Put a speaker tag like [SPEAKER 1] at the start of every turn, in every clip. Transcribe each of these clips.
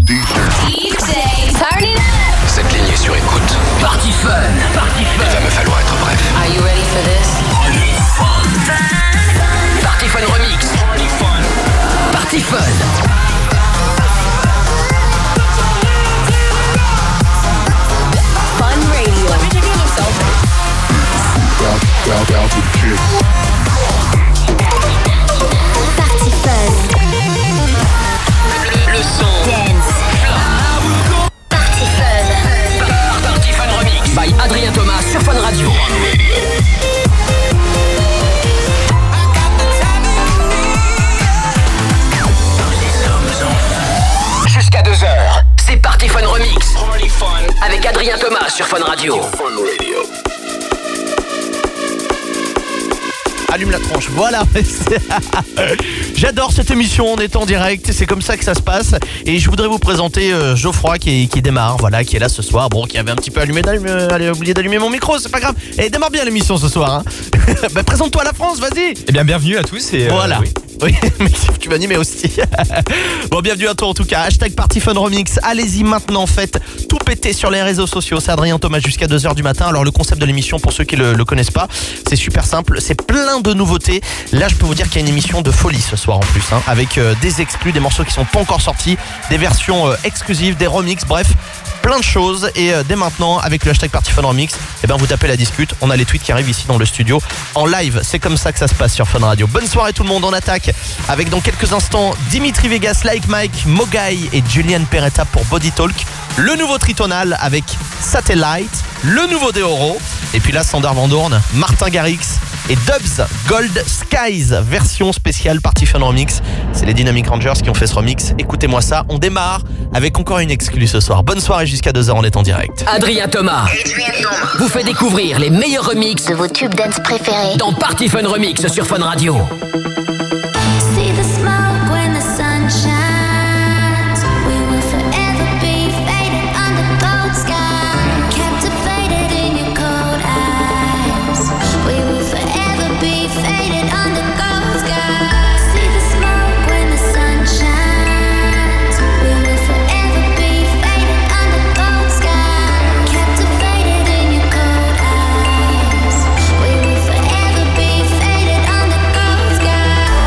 [SPEAKER 1] Turn it up.
[SPEAKER 2] Cette ligne est sur écoute.
[SPEAKER 3] Party Fun.
[SPEAKER 2] Il va me falloir être bref.
[SPEAKER 1] Are you ready for this?
[SPEAKER 3] Party Fun Remix. Party Fun.
[SPEAKER 1] Fun Radio. Party Fun.
[SPEAKER 3] Le son.
[SPEAKER 1] Dance. Party Fun.
[SPEAKER 3] Party Fun Remix. By Adrien Thomas sur Fun Radio. Jusqu'à 2h, c'est Party Fun Remix. Avec Adrien Thomas sur Fun Radio.
[SPEAKER 4] Allume la tronche, voilà. J'adore cette émission, on est en direct, c'est comme ça que ça se passe. Et je voudrais vous présenter Geoffroy qui démarre, voilà, qui est là ce soir. Bon, qui avait un petit peu oublié d'allumer mon micro, c'est pas grave. Et démarre bien l'émission ce soir, hein. Bah, présente-toi à la France, vas-y.
[SPEAKER 5] Eh bien, bienvenue à tous et
[SPEAKER 4] voilà.
[SPEAKER 5] oui.
[SPEAKER 4] Oui, mais tu vas animer aussi. Bon, bienvenue à toi en tout cas. Hashtag Party Fun Remix. Allez-y maintenant, faites tout péter sur les réseaux sociaux. C'est Adrien Thomas jusqu'à 2h du matin. Alors le concept de l'émission, pour ceux qui le connaissent pas, c'est super simple. C'est plein de nouveautés. Là, je peux vous dire qu'il y a une émission de folie ce soir en plus, hein, avec des exclus, des morceaux qui sont pas encore sortis, des versions exclusives, des remixes, bref. Plein de choses et dès maintenant avec le hashtag Party Fun Remix, eh ben vous tapez la discute, on a les tweets qui arrivent ici dans le studio en live, c'est comme ça que ça se passe sur Fun Radio. Bonne soirée tout le monde, on attaque avec dans quelques instants Dimitri Vegas, Like Mike, Mogai et Julian Peretta pour Body Talk, le nouveau Tritonal avec Satellite, le nouveau Deoro et puis là Sander Van Doorn, Martin Garrix et Dubs Gold Skies, version spéciale Party Fun Remix. C'est les Dynamic Rangers qui ont fait ce remix. Écoutez-moi ça, on démarre avec encore une exclue ce soir. Bonne soirée jusqu'à 2h, on est en direct.
[SPEAKER 3] Adrien Thomas vous fait découvrir les meilleurs remixes
[SPEAKER 1] De vos tubes dance préférés.
[SPEAKER 3] dans Party Fun Remix sur Fun Radio.
[SPEAKER 6] See the smoke when the sun shines. We will forever be faded under cold sky. Captivated in your cold eyes. We will forever be faded under cold sky. See the smoke when the sun shines. We will forever be faded under cold sky. Captivated in your cold eyes. We will forever be faded under cold sky.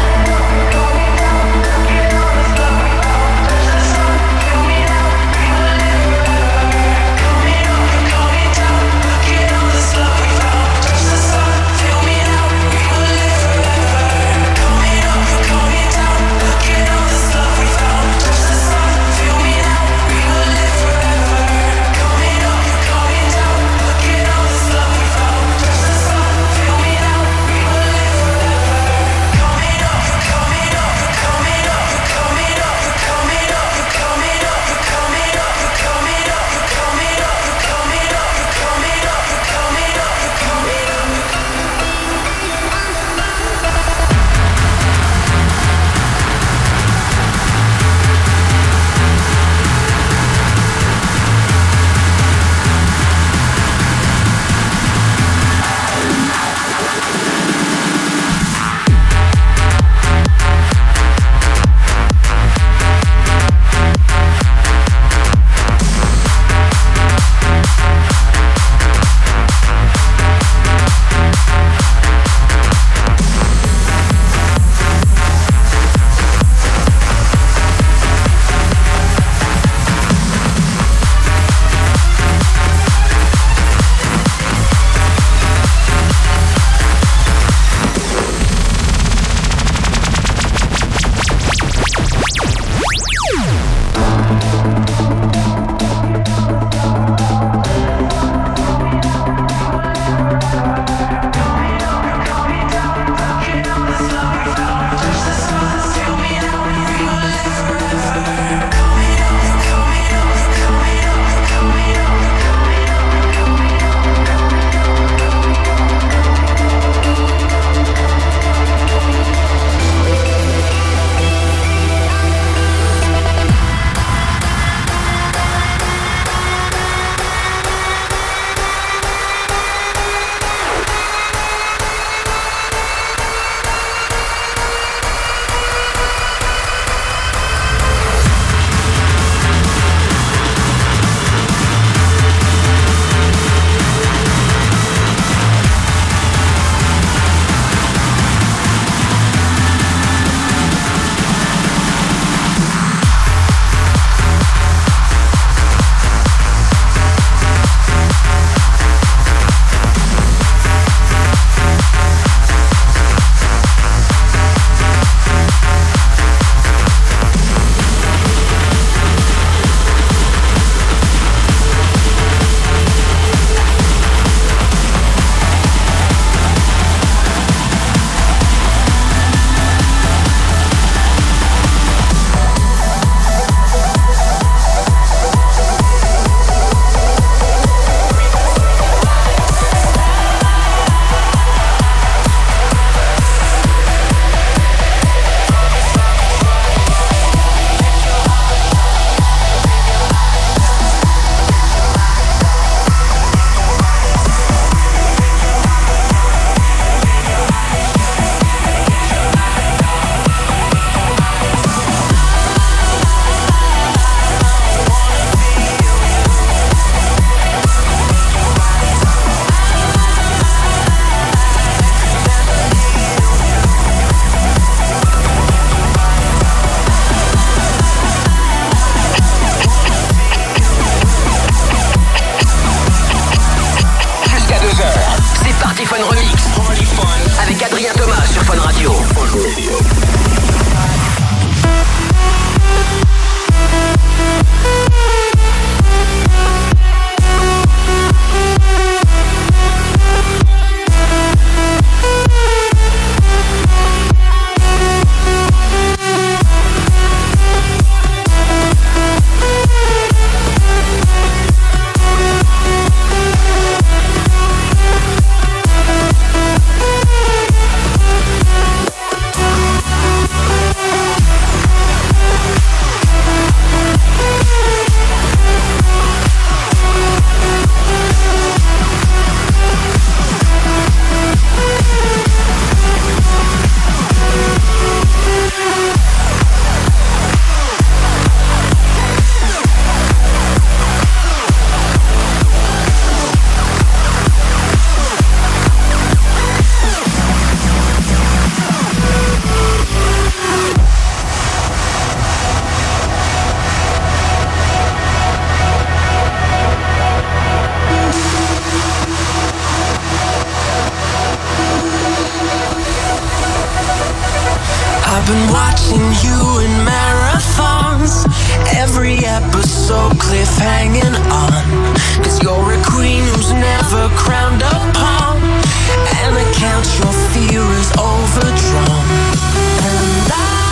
[SPEAKER 5] were so cliff hanging on. 'Cause you're a queen who's never crowned upon. And I count your fear is overdrawn. And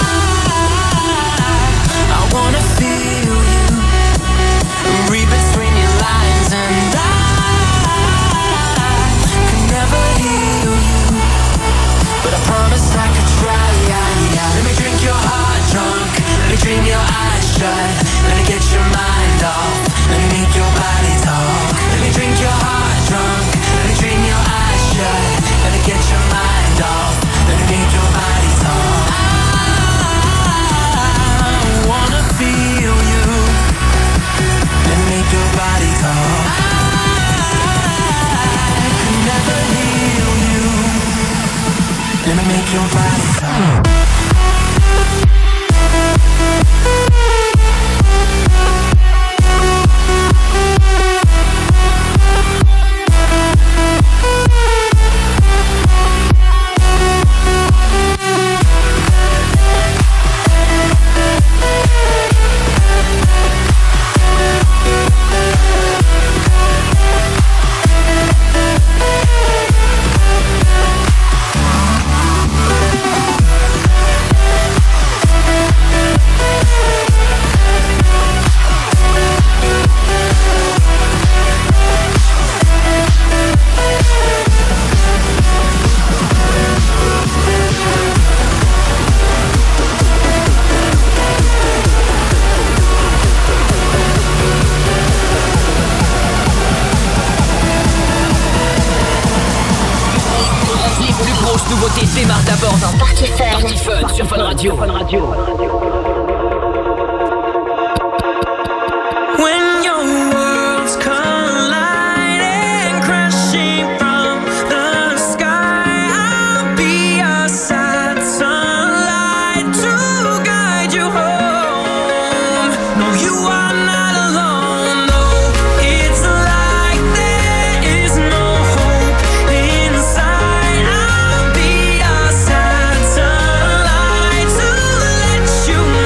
[SPEAKER 5] I wanna feel you, read between your lines. And I can never heal you, but I promised I could try. Let me drink your heart drunk, let me dream your eyes shut. Let me get your mind off, let me make your body talk. Let me drink your heart drunk, let me dream your eyes shut. Let me get your mind off, let me make your body talk. I wanna feel you, let me make your body talk. I can never heal you, let me make your body talk.
[SPEAKER 3] Nouveauté démarre d'abord dans
[SPEAKER 1] Party Fun.
[SPEAKER 3] Party Fun sur Fun Radio.
[SPEAKER 5] When your worlds collide and crashing from the sky, I'll be a sad sunlight to guide you home. No, you are not alone. No, it's like there is no hope inside. I'll be a sad sunlight to let you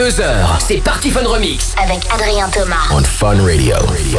[SPEAKER 3] 2h, c'est Party Fun Remix.
[SPEAKER 1] Avec Adrien Thomas.
[SPEAKER 2] On Fun Radio.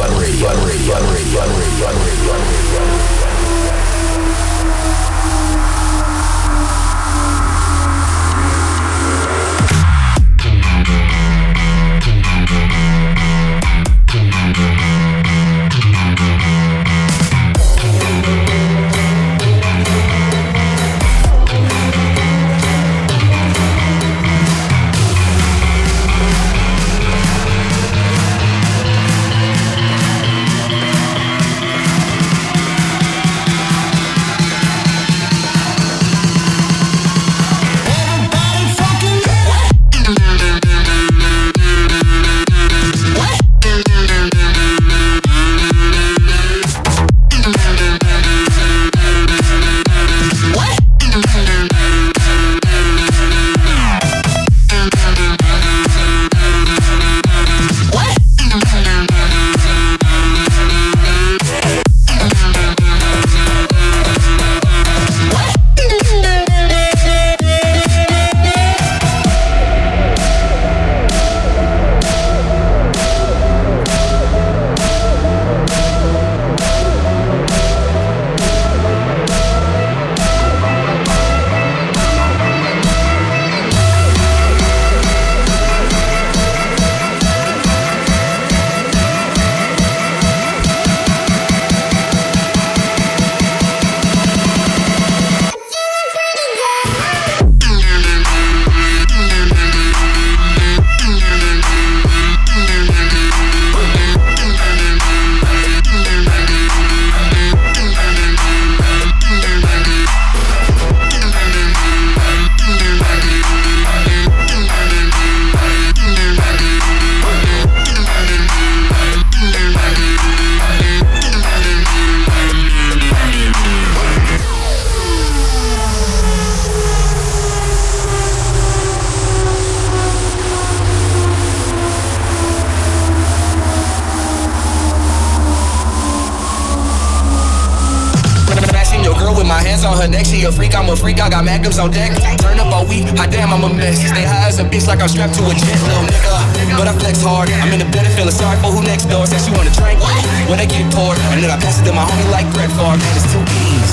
[SPEAKER 7] a freak, I'm a freak, I got magnums on deck. Turn up all week, hot damn, I'm a mess. Stay high as a bitch like I'm strapped to a jet, little nigga. But I flex hard, I'm in the bed and feeling sorry for who next door. Said she wanna drink, when they get poured. And then I pass it to my homie like Brett Favre. Man, it's 2 E's.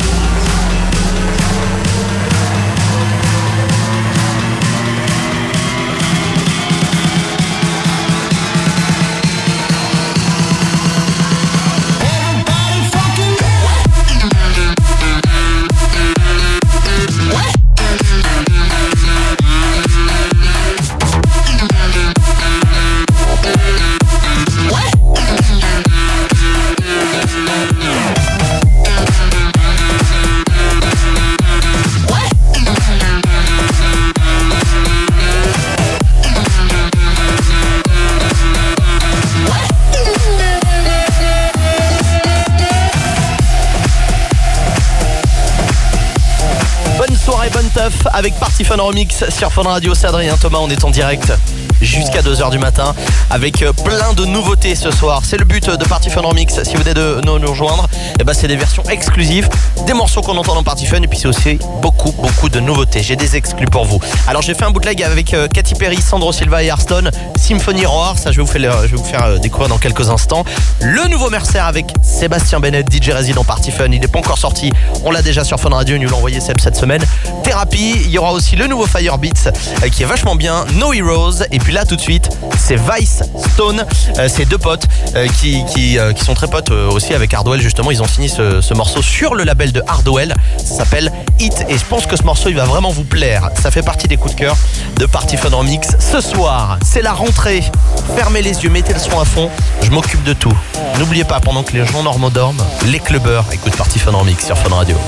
[SPEAKER 4] Avec Party Fun Remix sur Fun Radio, c'est Adrien Thomas, on est en direct jusqu'à 2h du matin avec plein de nouveautés ce soir. C'est le but de Party Fun Remix. Si vous venez de nous rejoindre, et ben c'est des versions exclusives, des morceaux qu'on entend dans Party Fun, et puis c'est aussi beaucoup de nouveautés. J'ai des exclus pour vous. Alors j'ai fait un bootleg avec Katy Perry, Sandro Silva et Hearthstone, Symphony Roar, ça je vais vous faire découvrir dans quelques instants. Le nouveau Mercer avec Sébastien Bennett, DJ résident Party Fun, il n'est pas encore sorti, on l'a déjà sur Fun Radio, il nous l'a envoyé Seb cette semaine. Thérapie, il y aura aussi le nouveau Firebeats qui est vachement bien, No Heroes, et puis là tout de suite c'est Vice Stone, c'est deux potes qui sont très potes aussi avec Hardwell. Justement ils ont signé ce morceau sur le label de Hardwell, ça s'appelle Hit, et je pense que ce morceau il va vraiment vous plaire. Ça fait partie des coups de cœur de Party Fun Remix. Ce soir c'est la rentrée, fermez les yeux, mettez le son à fond, je m'occupe de tout. N'oubliez pas, pendant que les gens normaux dorment, les clubbers écoutent Party Fun Remix sur Fun Radio.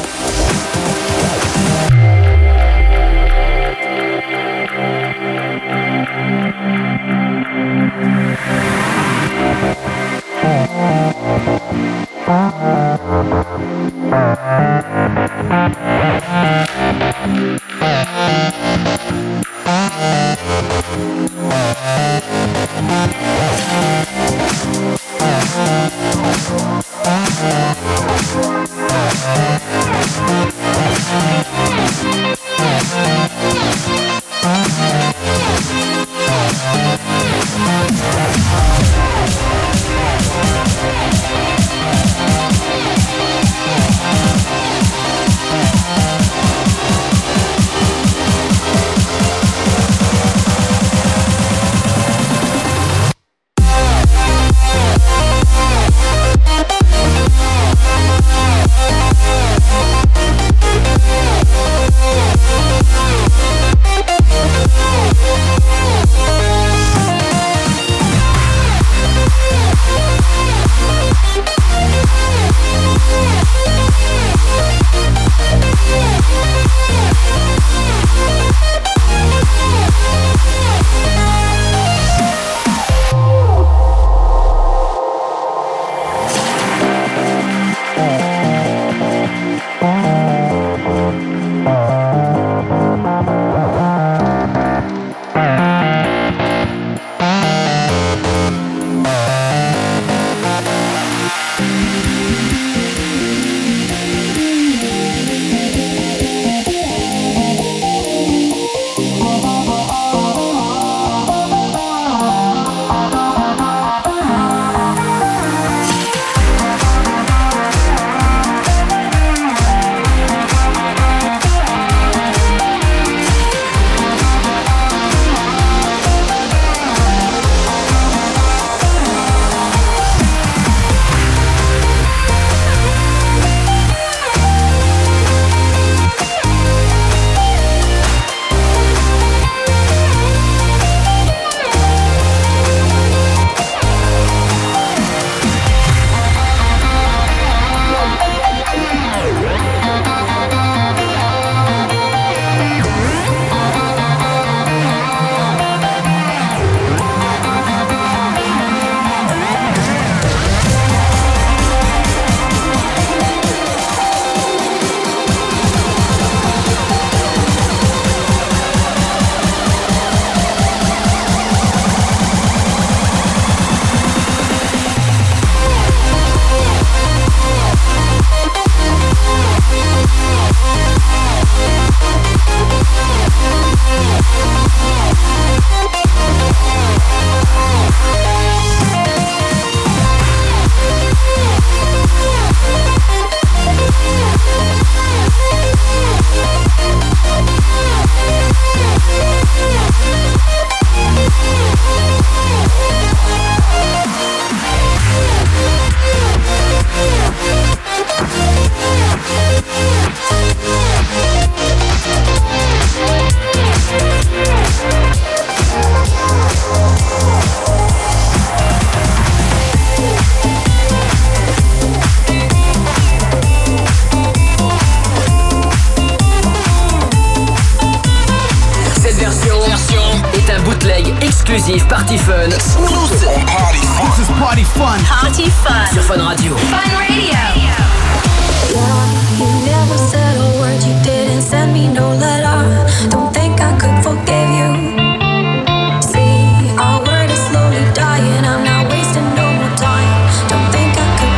[SPEAKER 3] exclusive Party Fun.
[SPEAKER 7] Exclusive on Party Fun. This is Party Fun.
[SPEAKER 1] Party Fun.
[SPEAKER 3] Sur Fun Radio.
[SPEAKER 1] Fun Radio.
[SPEAKER 6] You never said a word, you didn't send me no letter. Don't think I could forgive you. See, our word is slowly dying, I'm not wasting no more time. Don't think I could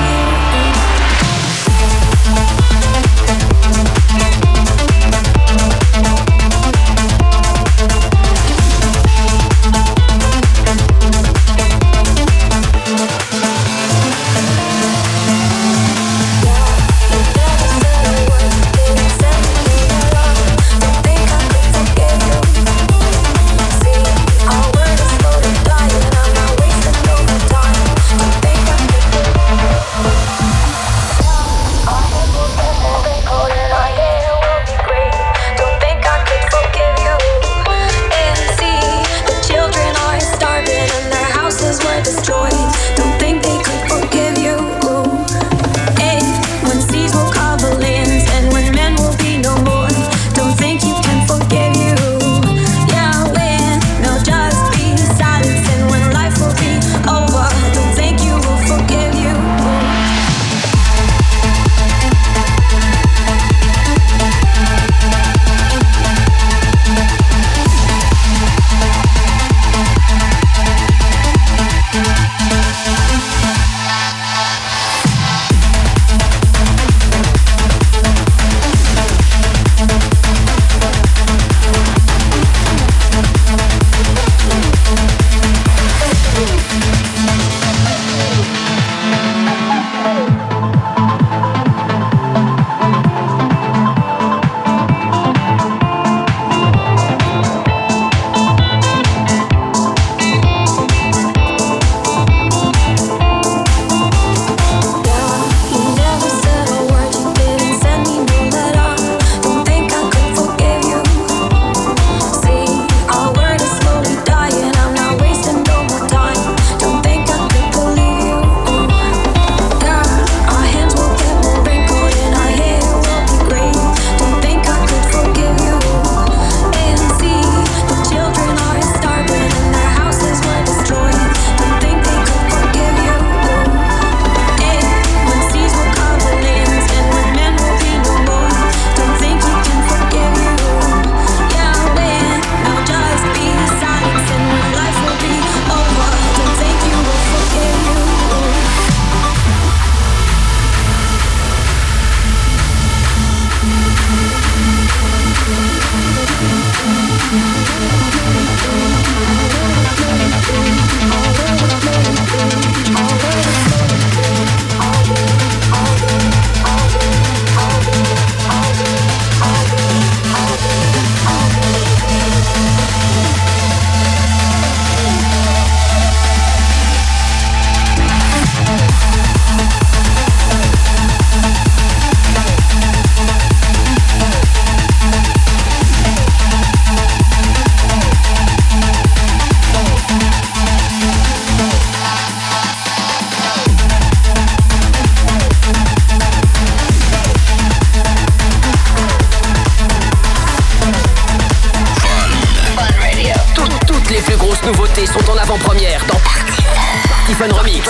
[SPEAKER 3] nouveautés sont en avant-première dans Party Fun Remix.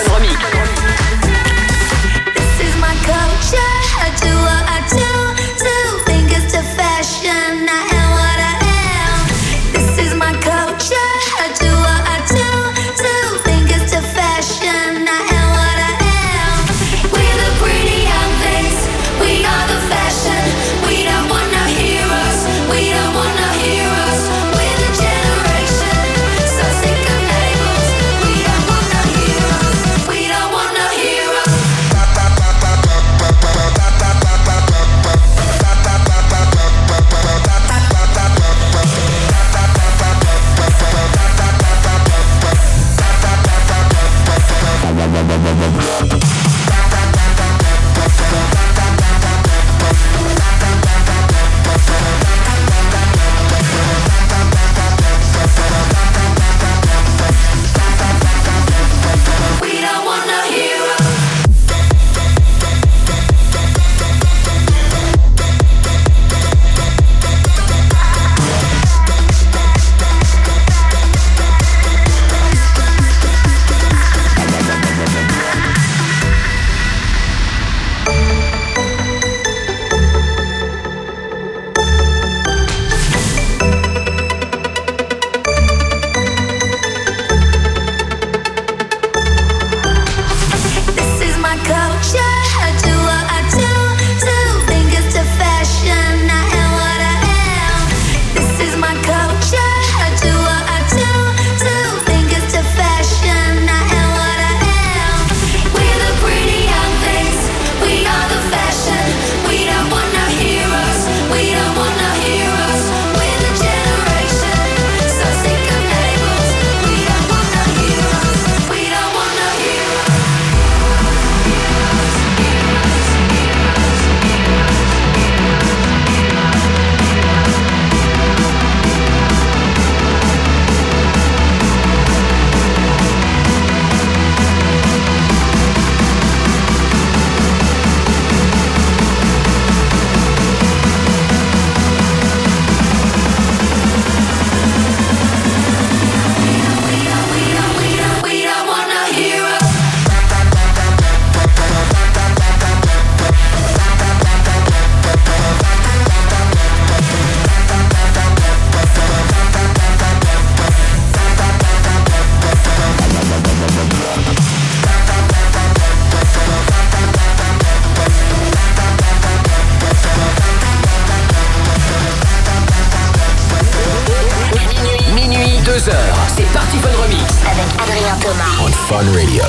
[SPEAKER 6] This is my culture. I do what I do. Think it's the fashion. I am what I am. This is my culture. I do what I do. Think it's the fashion. I am what I am. We're the pretty young things. We are the fashion. We don't want no heroes. We don't want no heroes. We're the generation. So sick of labels. We don't want no heroes. We don't want
[SPEAKER 2] Fun Radio.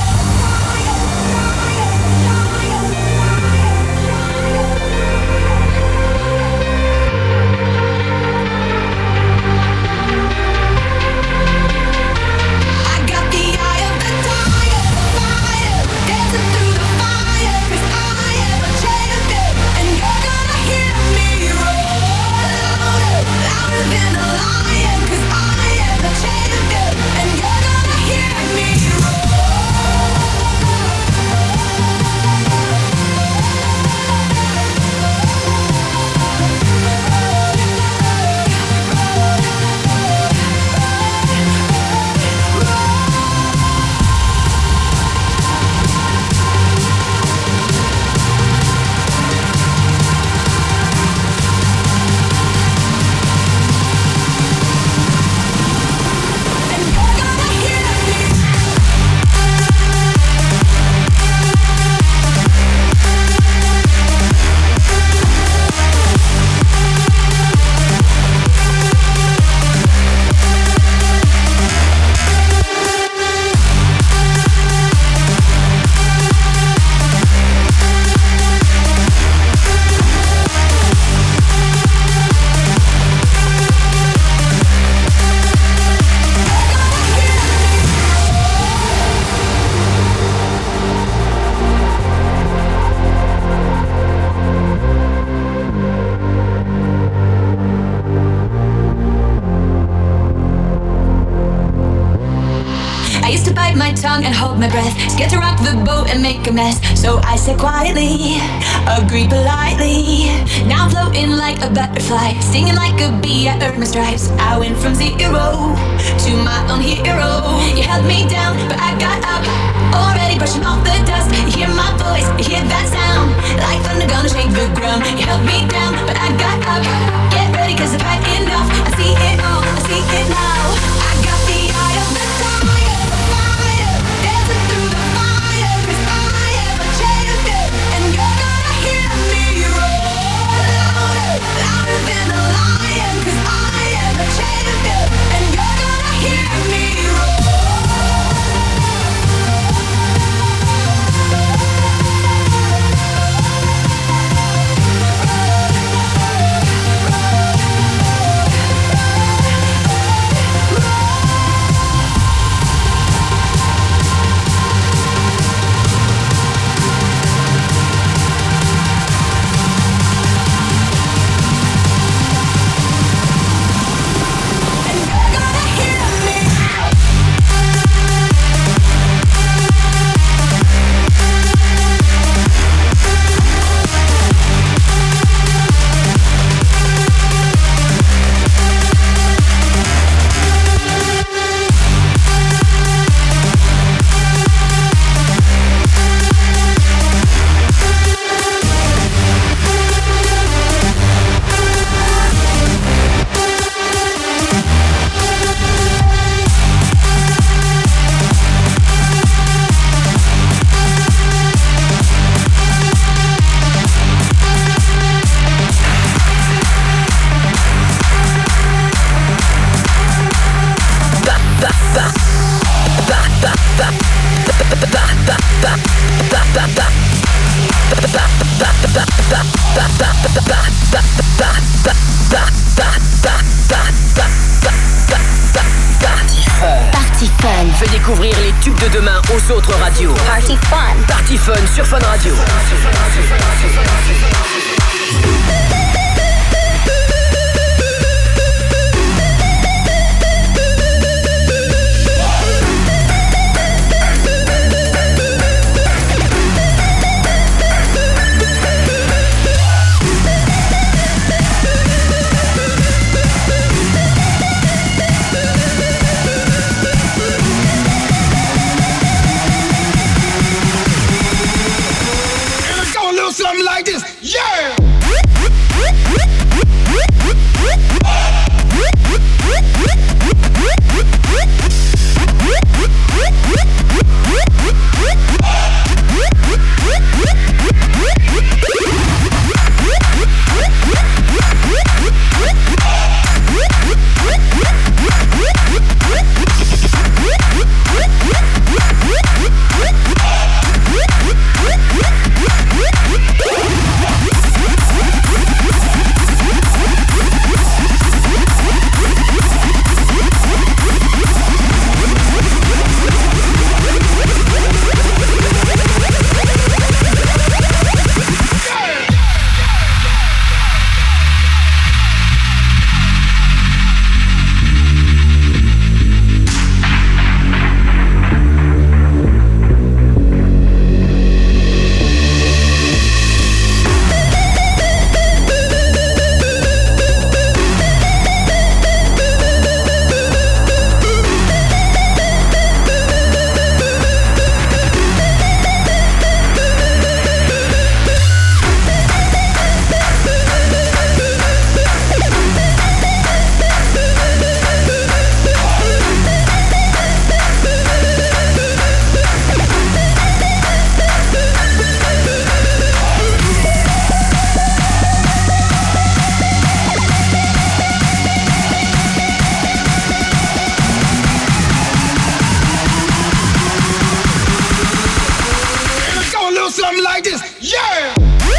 [SPEAKER 8] And hold my breath, scared to rock the boat and make a mess. So I said quietly, agreed politely. Now I'm floating like a butterfly, stinging like a bee. I earned my stripes. I went from 0 to my own hero. You held me down, but I got up. Already brushing off the dust. You hear my voice, you hear that sound, like thunder gonna shake the ground. You held me down, but I got up. Get ready, 'cause I've had enough. I see it all, I see it now. I got the eye of the tiger.
[SPEAKER 3] Party Fun fait découvrir les tubes de demain aux autres radios.
[SPEAKER 1] Party Fun.
[SPEAKER 3] Party Fun sur Fun Radio.
[SPEAKER 7] Something like this, yeah! something like this. Yeah!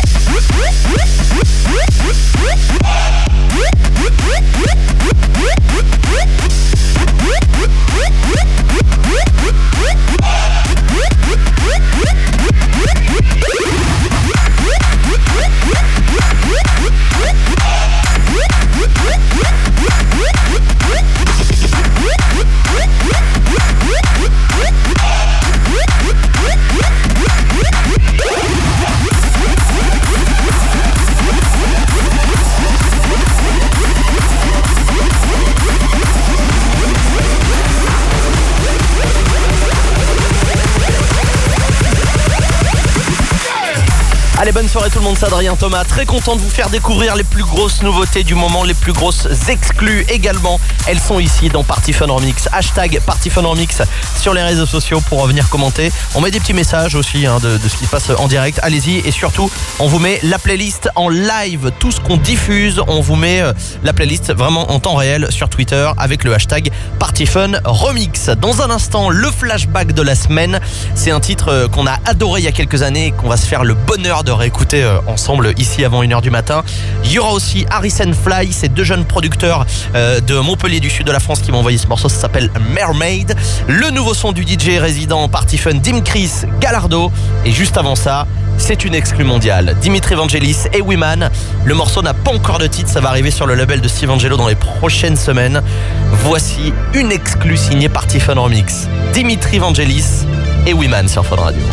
[SPEAKER 4] Allez, bonne soirée tout le monde, c'est Adrien Thomas. Très content de vous faire découvrir les plus grosses nouveautés du moment, les plus grosses exclus également. Elles sont ici dans Party Fun Remix. Hashtag Party Fun Remix sur les réseaux sociaux pour revenir commenter. On met des petits messages aussi de ce qui se passe en direct. Allez-y, et surtout, on vous met la playlist en live. Tout ce qu'on diffuse, on vous met la playlist vraiment en temps réel sur Twitter avec le hashtag Party Fun Remix. Dans un instant, le flashback de la semaine. C'est un titre qu'on a adoré il y a quelques années et qu'on va se faire le bonheur de réécouter ensemble ici avant 1h du matin. Il y aura aussi Harrison Fly, ces deux jeunes producteurs de Montpellier du sud de la France qui m'ont envoyé ce morceau, ça s'appelle Mermaid. Le nouveau son du DJ résident Party Fun, Dim Chris Gallardo. Et juste avant ça, c'est une exclue mondiale. Dimitri Vangelis et Wiman. Le morceau n'a pas encore de titre, ça va arriver sur le label de Steve Angelo dans les prochaines semaines. Voici une exclue signée Party Fun Remix. Dimitri Vangelis et Wiman sur Fun Radio.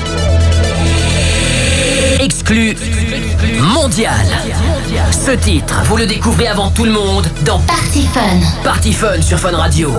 [SPEAKER 3] Exclu mondial. Ce titre, vous le découvrez avant tout le monde dans
[SPEAKER 1] Party Fun.
[SPEAKER 3] Party Fun sur Fun Radio.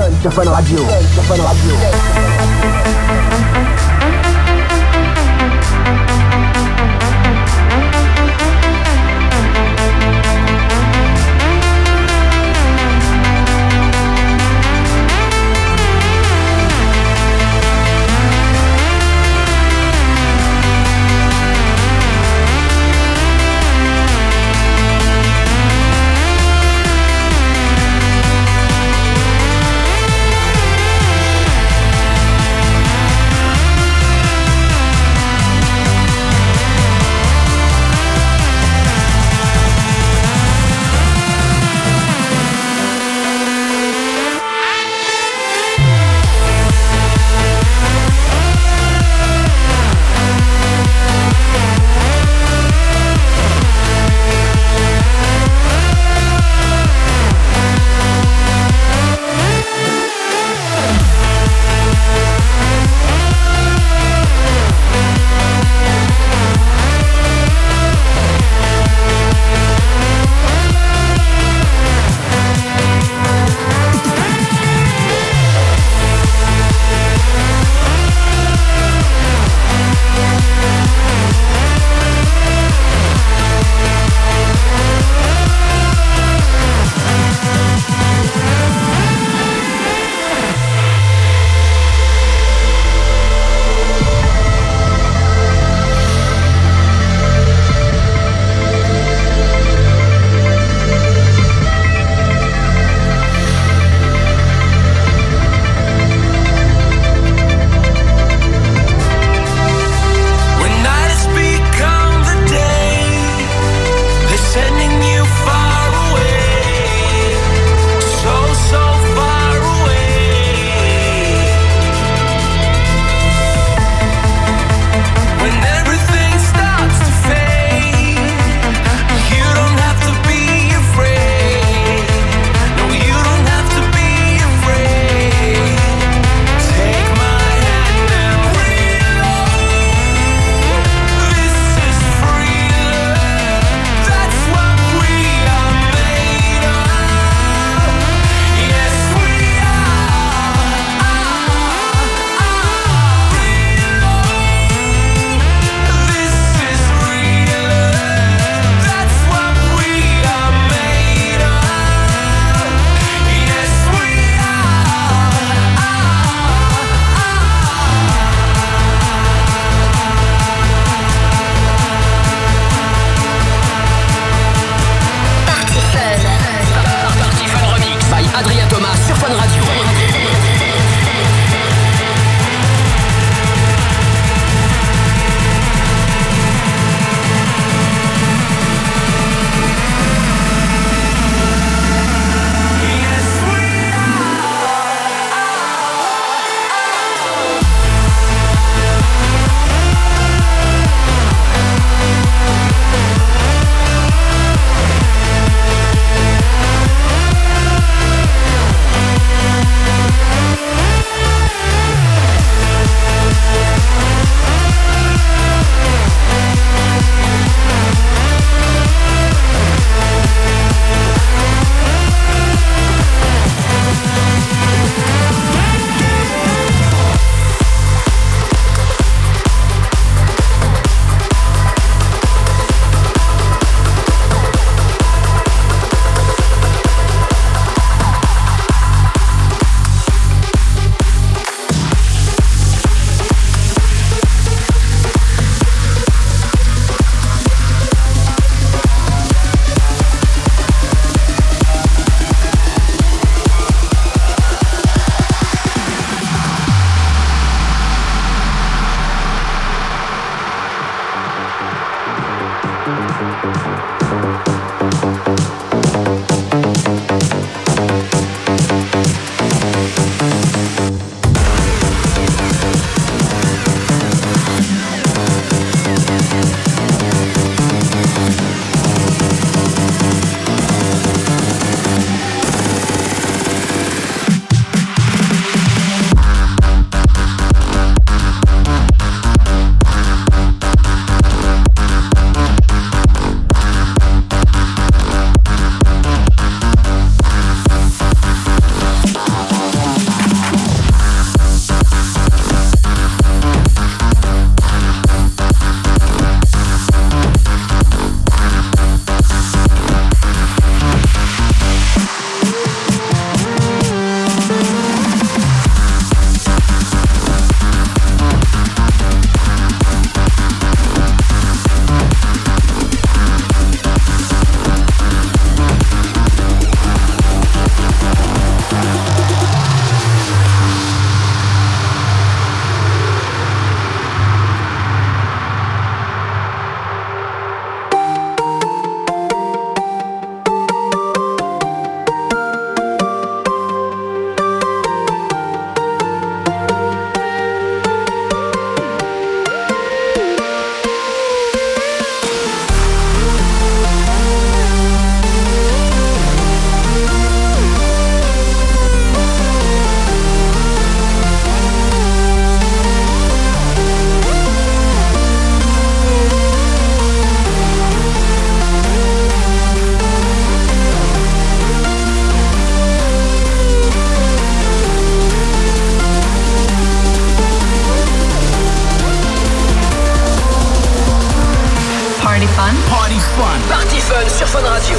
[SPEAKER 3] Party Fun sur Fun Radio.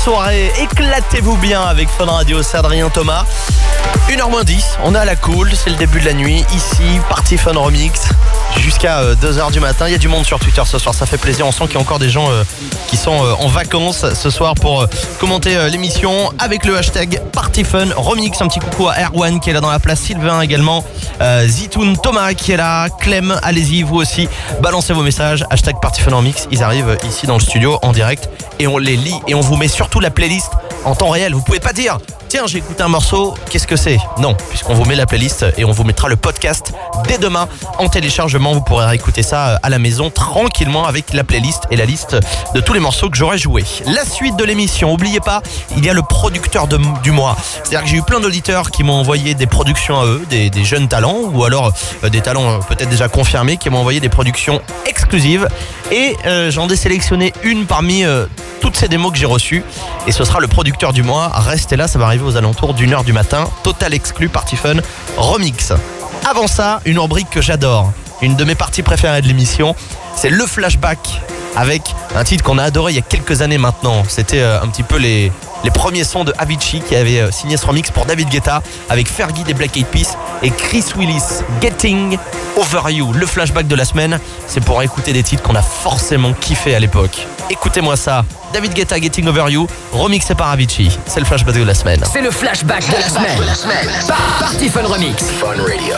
[SPEAKER 4] soirée. Éclatez-vous bien avec Fun Radio, c'est Adrien Thomas. 1h-10, on est à la cool, c'est le début de la nuit. Ici, Party Fun Remix. Jusqu'à 2h du matin. Il y a du monde sur Twitter ce soir, ça fait plaisir. On sent qu'il y a encore des gens qui sont en vacances ce soir pour commenter l'émission avec le hashtag PartyFun Remix. Un petit coucou à Erwan qui est là dans la place, Sylvain également, Zitoun, Thomas qui est là, Clem, allez-y vous aussi, balancez vos messages, hashtag PartyFun Remix. Ils arrivent ici dans le studio en direct et on les lit et on vous met surtout la playlist en temps réel. Vous pouvez pas dire tiens, j'ai écouté un morceau, qu'est-ce que c'est? Non, puisqu'on vous met la playlist et on vous mettra le podcast dès demain en téléchargement. Vous pourrez réécouter ça à la maison tranquillement avec la playlist et la liste de tous les morceaux que j'aurai joués. La suite de l'émission, n'oubliez pas, il y a le producteur du mois. C'est-à-dire que j'ai eu plein d'auditeurs qui m'ont envoyé des productions à eux, des jeunes talents ou alors des talents peut-être déjà confirmés qui m'ont envoyé des productions exclusives. Et j'en ai sélectionné une parmi toutes ces démos que j'ai reçues et ce sera le producteur du mois. Restez là, ça va arriver aux alentours d'1h du matin. Total exclu Party Fun Remix. Avant ça, une rubrique que j'adore, une de mes parties préférées de l'émission, c'est le flashback avec un titre qu'on a adoré il y a quelques années maintenant. C'était un petit peu les premiers sons de Avicii qui avait signé ce remix pour David Guetta avec Fergie des Black Eyed Peas et Chris Willis, Getting Over You. Le flashback de la semaine, c'est pour écouter des titres qu'on a forcément kiffé à l'époque. Écoutez-moi ça, David Guetta, Getting Over You, remixé par Avicii. C'est le flashback de la semaine.
[SPEAKER 3] C'est le flashback de la semaine. Party Fun Remix.
[SPEAKER 2] Fun Radio.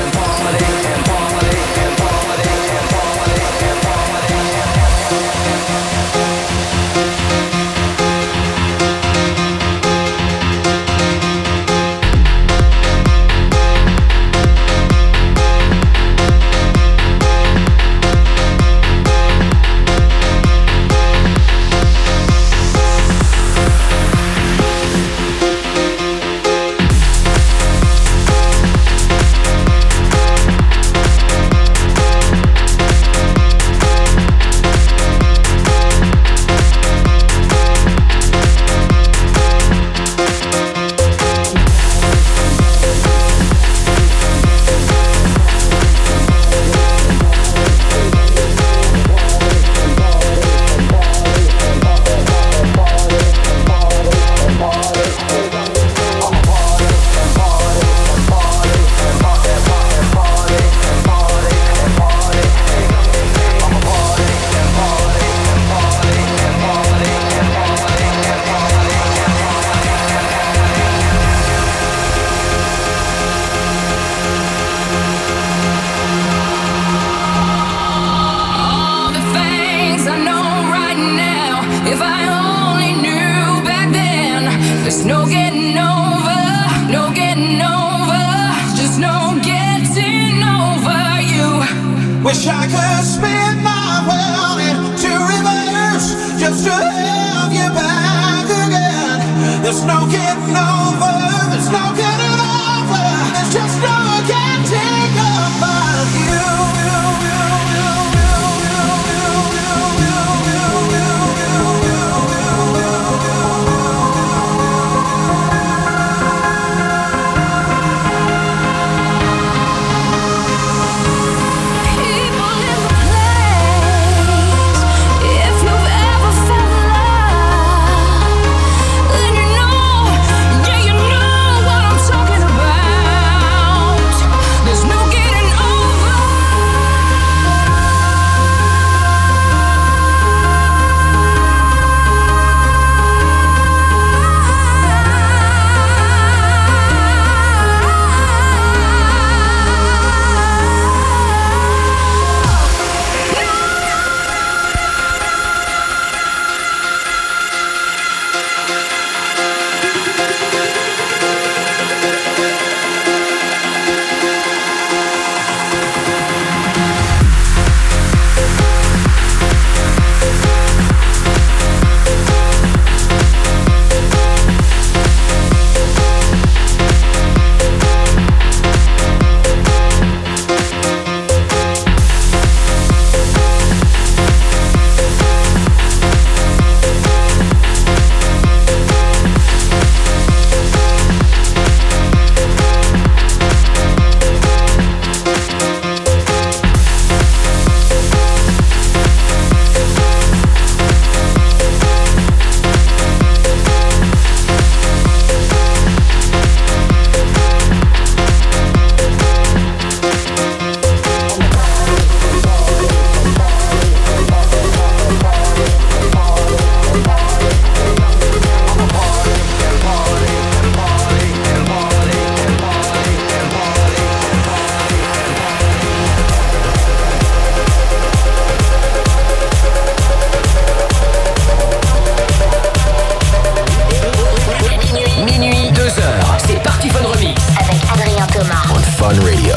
[SPEAKER 5] Wish I could spin my world into reverse just to have you back again. There's no getting over, there's no getting over, there's just no getting over you.
[SPEAKER 8] If you've ever felt love, then you know, yeah, you know what I'm talking.
[SPEAKER 2] Fun Radio.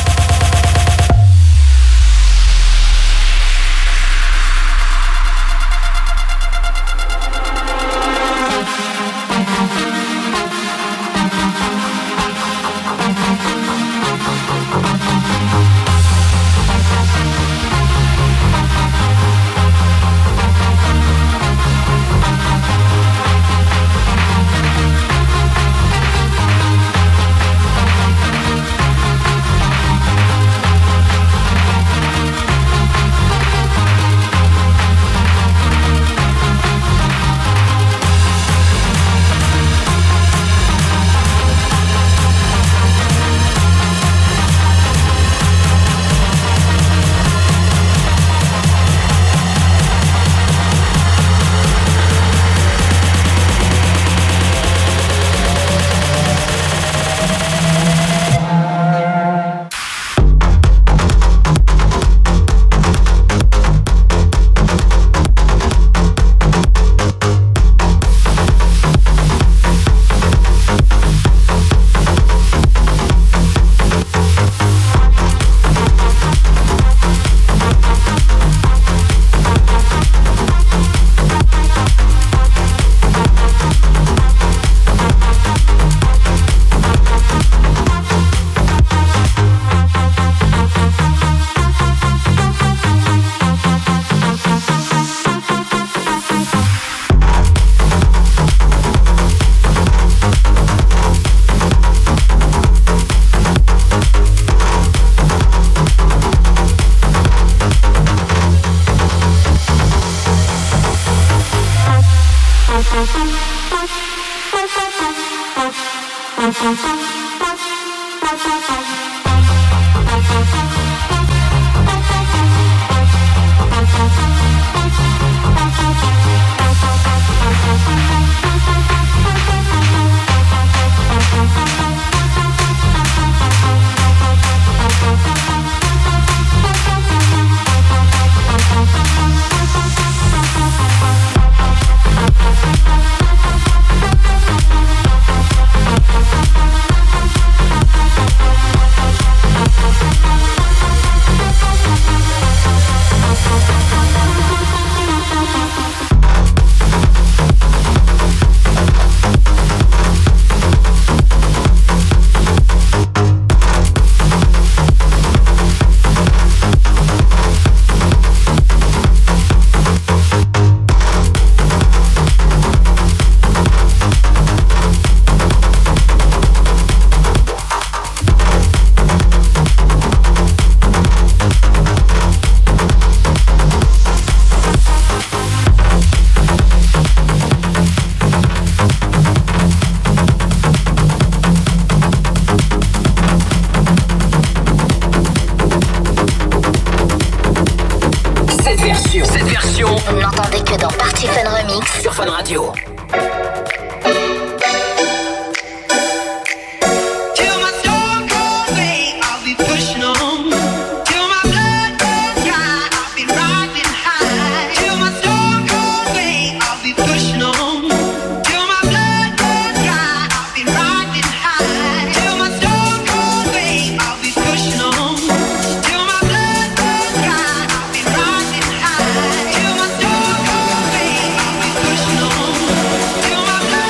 [SPEAKER 3] Cette version,
[SPEAKER 1] Vous ne l'entendez que dans Party Fun Remix
[SPEAKER 3] sur Fun Radio.
[SPEAKER 5] Till my soul goes away, I'll be pushing on. Till my blood goes dry, I'll be riding high. Till my soul goes away, I'll be pushing on. Till my blood goes dry, I'll be riding high. Till my soul goes away, I'll be pushing on. Till my blood goes dry, I'll be riding high. Till my soul goes away, I'll be pushing on. Till my blood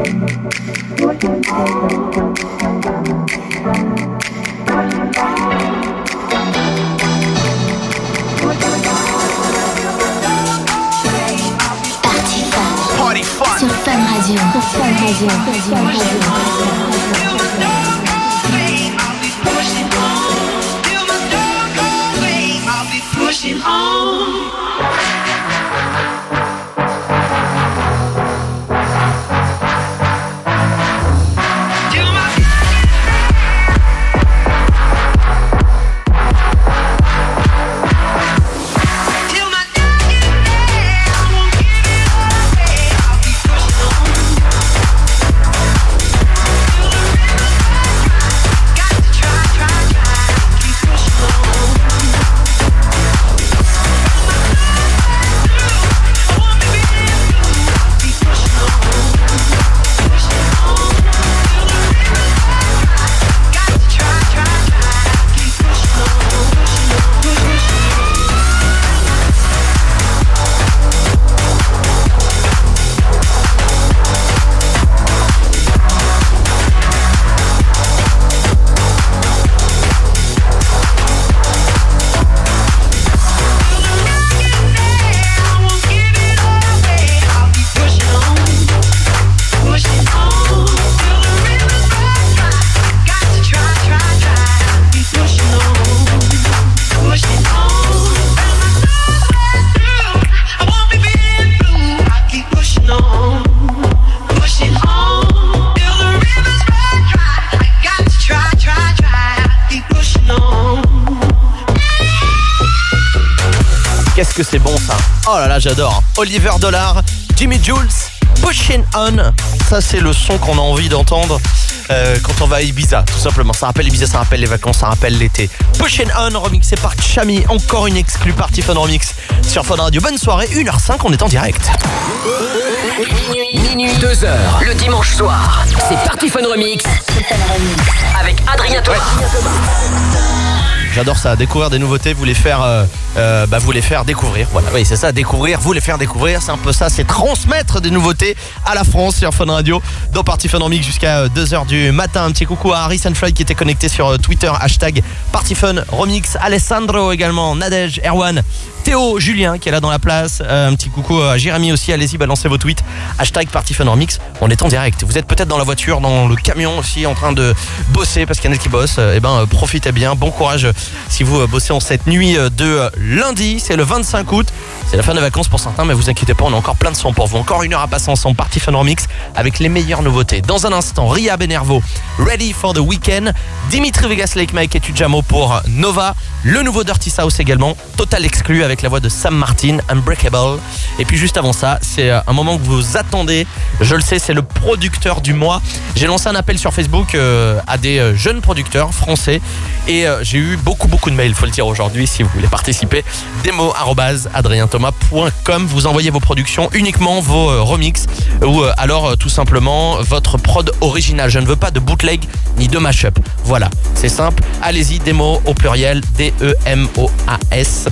[SPEAKER 1] Party Fun sur Fun Radio.
[SPEAKER 5] Pushing on.
[SPEAKER 4] Qu'est-ce que c'est bon ça. Oh là là, j'adore. Oliver Dollar, Jimmy Jules, Pushing On. Ça c'est le son qu'on a envie d'entendre quand on va à Ibiza, tout simplement. Ça rappelle Ibiza, ça rappelle les vacances, ça rappelle l'été. Pushing On, remixé par Chami. Encore une exclue Party Fun Remix sur Fun Radio. Bonne soirée, 1h05, on est en direct.
[SPEAKER 3] Minuit, 2h, le dimanche soir. C'est Party Fun Remix avec Adrien Thomas.
[SPEAKER 4] J'adore ça, découvrir des nouveautés, vous les faire découvrir. Voilà, oui, c'est ça, découvrir, vous les faire découvrir. C'est un peu ça, c'est transmettre des nouveautés à la France sur Fun Radio dans Party Fun Remix jusqu'à 2h du matin. Un petit coucou à Harrison Floyd qui était connecté sur Twitter, hashtag Party Fun Remix. Alessandro également, Nadège, Erwan, Théo, Julien qui est là dans la place. Un petit coucou à Jérémy aussi, allez-y, balancez vos tweets, hashtag Party Fun Remix. On est en direct. Vous êtes peut-être dans la voiture, dans le camion aussi, en train de bosser parce qu'il y en a qui bossent. Profitez bien, bon courage si vous bossez en cette nuit de lundi. C'est le 25 août, c'est la fin des vacances pour certains, mais vous inquiétez pas, on a encore plein de sons pour vous. Encore une heure à passer ensemble, Party Fun Remix avec les meilleures nouveautés. Dans un instant, Ria Benervo, Ready for the Weekend, Dimitri Vegas, Lake Mike et Tujamo pour Nova, le nouveau Dirty South également, total exclu avec la voix de Sam Martin, Unbreakable. Et puis juste avant ça, c'est un moment que vous attendez, je le sais, c'est le producteur du mois. J'ai lancé un appel sur Facebook à des jeunes producteurs français et j'ai eu beaucoup de mails, faut le dire aujourd'hui, si vous voulez participer. demo@adrienthomas.com. Vous envoyez vos productions, uniquement vos remixes ou alors tout simplement votre prod originale. Je ne veux pas de bootleg ni de mashup. Voilà, c'est simple. Allez-y, démo au pluriel, DEMOAS,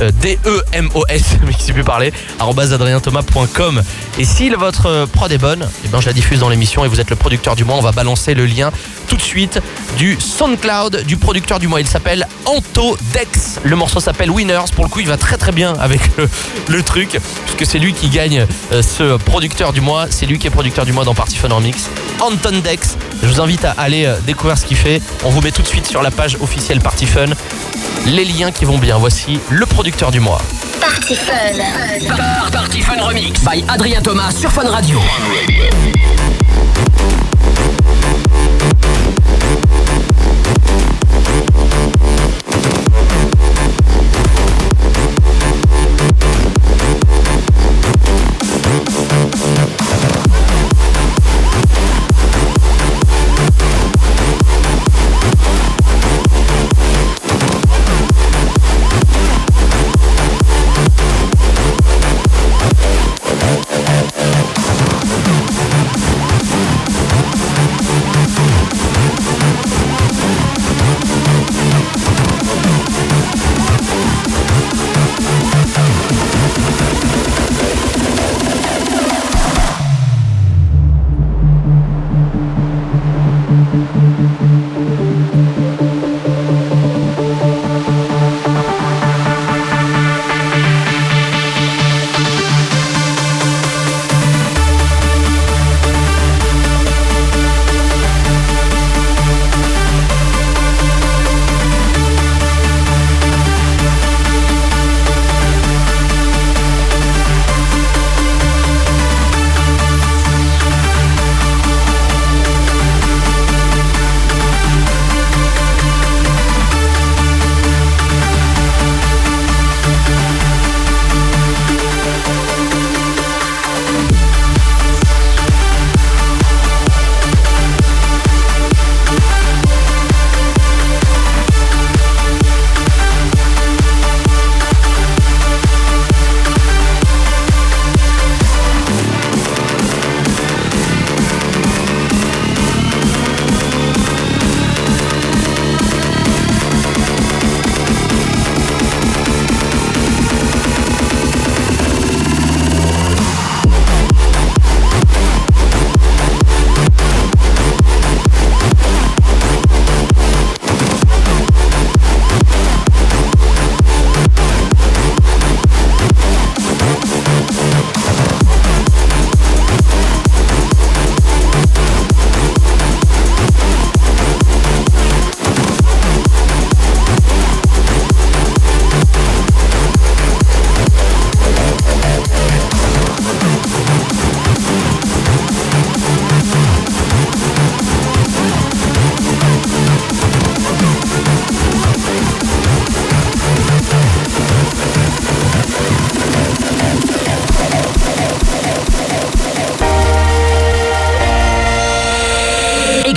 [SPEAKER 4] mais qui sait plus parler, @adrienthomas.com. Et si votre prod est bonne, je la diffuse dans l'émission et vous êtes le producteur du mois. On va balancer le lien tout de suite du SoundCloud du producteur du mois. Il s'appelle Anto Dex. Le morceau s'appelle Winners. Pour le coup, il va très bien avec le truc, puisque c'est lui qui gagne ce producteur du mois. C'est lui qui est producteur du mois dans Party Fun Remix. Anton Dex. Je vous invite à aller découvrir ce qu'il fait. On vous met tout de suite sur la page officielle Party Fun les liens qui vont bien. Voici le producteur du mois.
[SPEAKER 1] Party Fun.
[SPEAKER 3] Party Fun Remix by Adrien Thomas sur Fun Radio.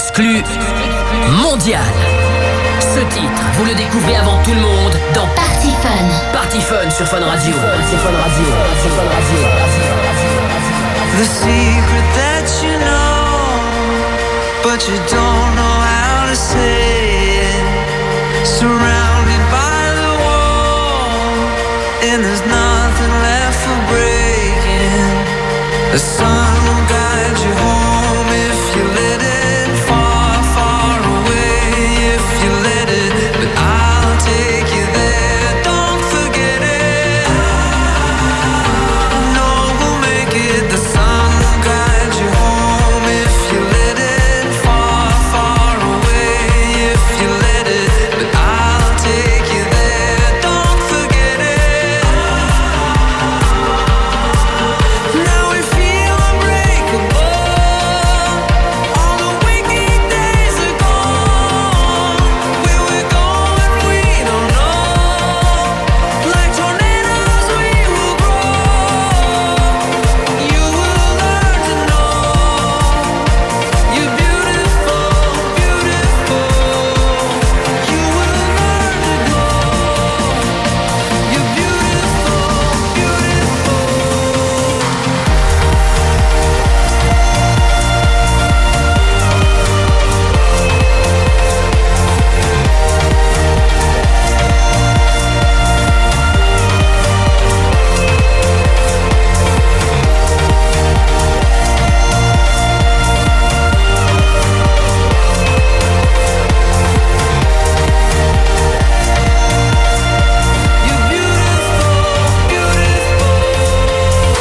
[SPEAKER 3] exclu mondial. Ce titre, vous le découvrez avant tout le monde dans
[SPEAKER 1] Party Fun.
[SPEAKER 3] Party Fun sur Fun Radio.
[SPEAKER 5] The secret that you know, but you don't know how to say it. Surrounded by the wall, and there's nothing left for breaking. The sun will guide you home if you let it. Far, far away if you let it. But I'll take you there, don't forget it. No, we'll make it. The sun will guide you home if you let it. Far, far away if you let it. But I'll take you there, don't forget it. Now we feel unbreakable. All the waking days are gone. Where we're going we don't know. Like tornadoes we will grow. You will learn to know you're beautiful, beautiful. You will learn to know you're beautiful, beautiful. You're beautiful, beautiful.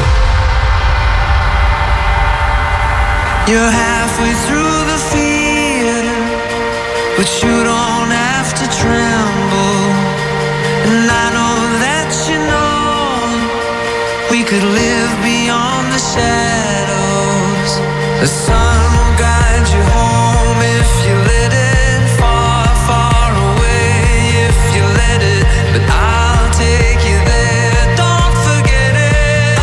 [SPEAKER 5] You're halfway through the fear, but you don't have to tremble. And I know that you know we could live beyond the shadows. The sun will guide you home if you let it. Far, far away if you let it. But I'll take you there, don't forget it.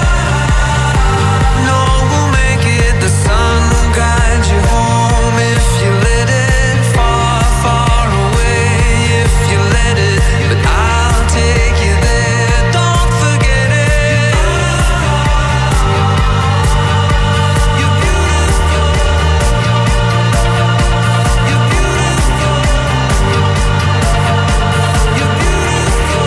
[SPEAKER 5] No, we'll make it. The sun will guide you home if you let it. Far, far away if you let it. But I'll take you there, don't forget it. You're beautiful. You're beautiful. You're beautiful.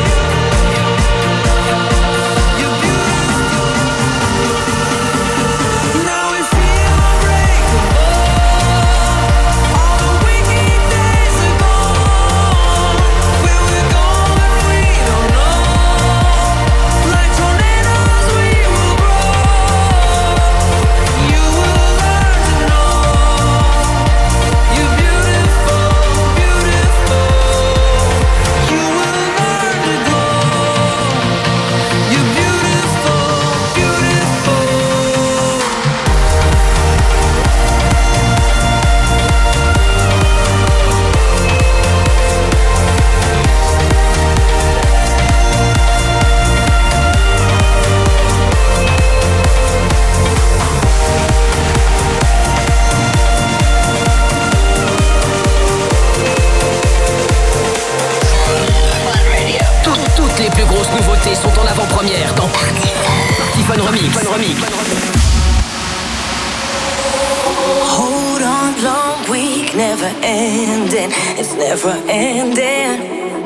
[SPEAKER 5] You're beautiful. Now we feel unbreakable. All the waking days are gone. Where we're going we don't know. Like tornadoes we will grow. You will learn to know you're beautiful, beautiful. You will learn to grow. You're beautiful, beautiful.
[SPEAKER 3] Toutes les plus grosses nouveautés sont en avant-première dans Party Fun Remix.
[SPEAKER 8] Hold on, long week, never ending. It's never ending.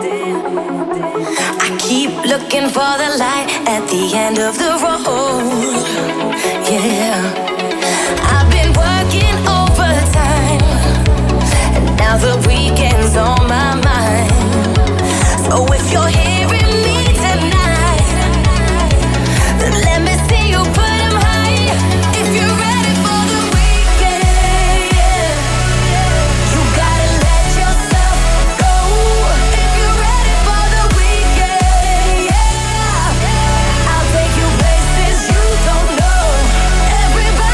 [SPEAKER 8] I keep looking for the light at the end of the road. Yeah. I've been working overtime, and now the weekend's on my mind. So if you're hearing me tonight, then let me see you put 'em high. If you're ready for the weekend, you gotta let yourself go. If you're ready for the weekend, yeah, I'll take you places you don't know. Everybody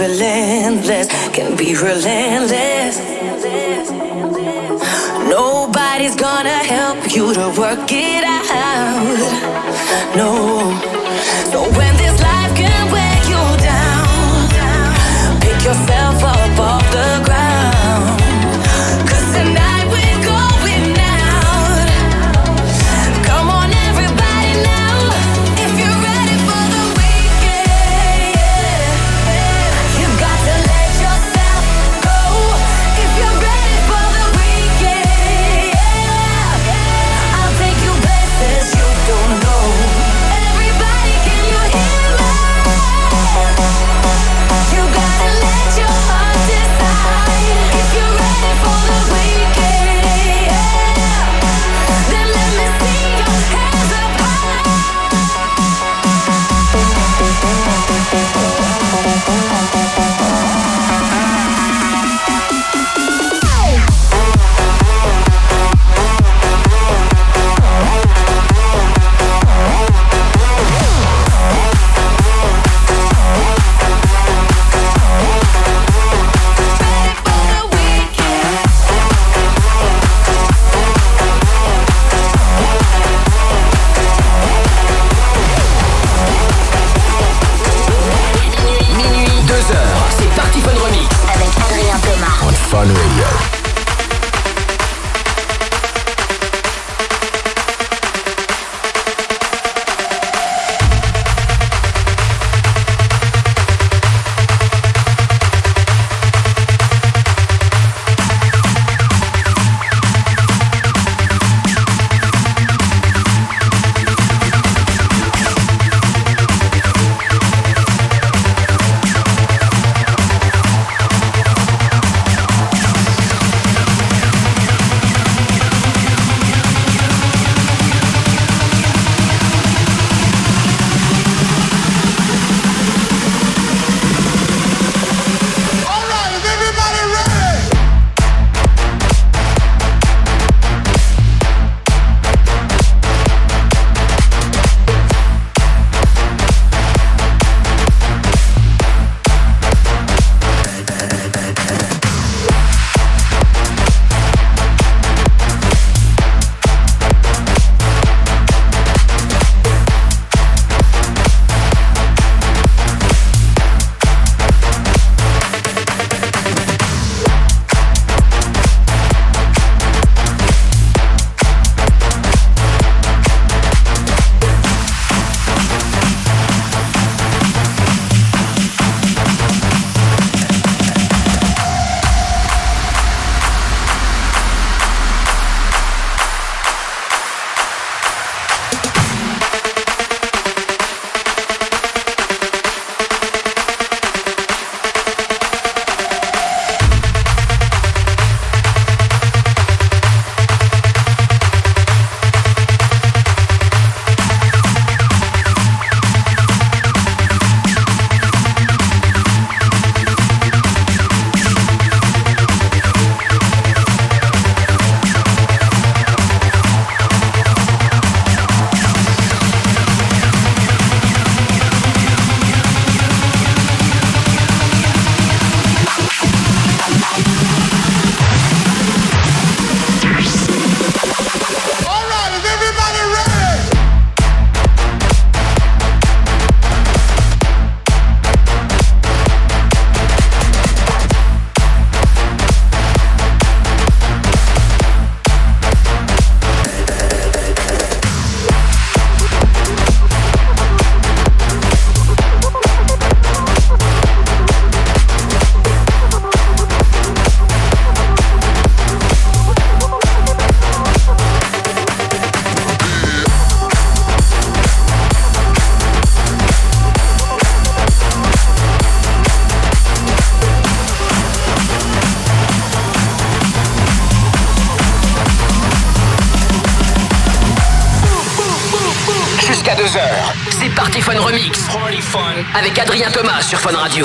[SPEAKER 9] relentless, can be relentless. Nobody's gonna help you to work it out. No. So when this life can wear you down, pick yourself up off the ground. 'Cause tonight we're going out. Come on everybody now, if you're ready for the weekend. You got to let yourself go. If you're ready for the weekend, I'll take you places you don't know. Everybody, can you hear me? You gotta let your heart decide. If you're ready for the weekend, then let me see your hands up high.
[SPEAKER 3] C'est Party Fun Remix
[SPEAKER 1] Avec Adrien Thomas.
[SPEAKER 2] On Fun Radio.
[SPEAKER 3] Jusqu'à 2h, c'est Party Fun Remix avec Adrien Thomas sur Fun Radio.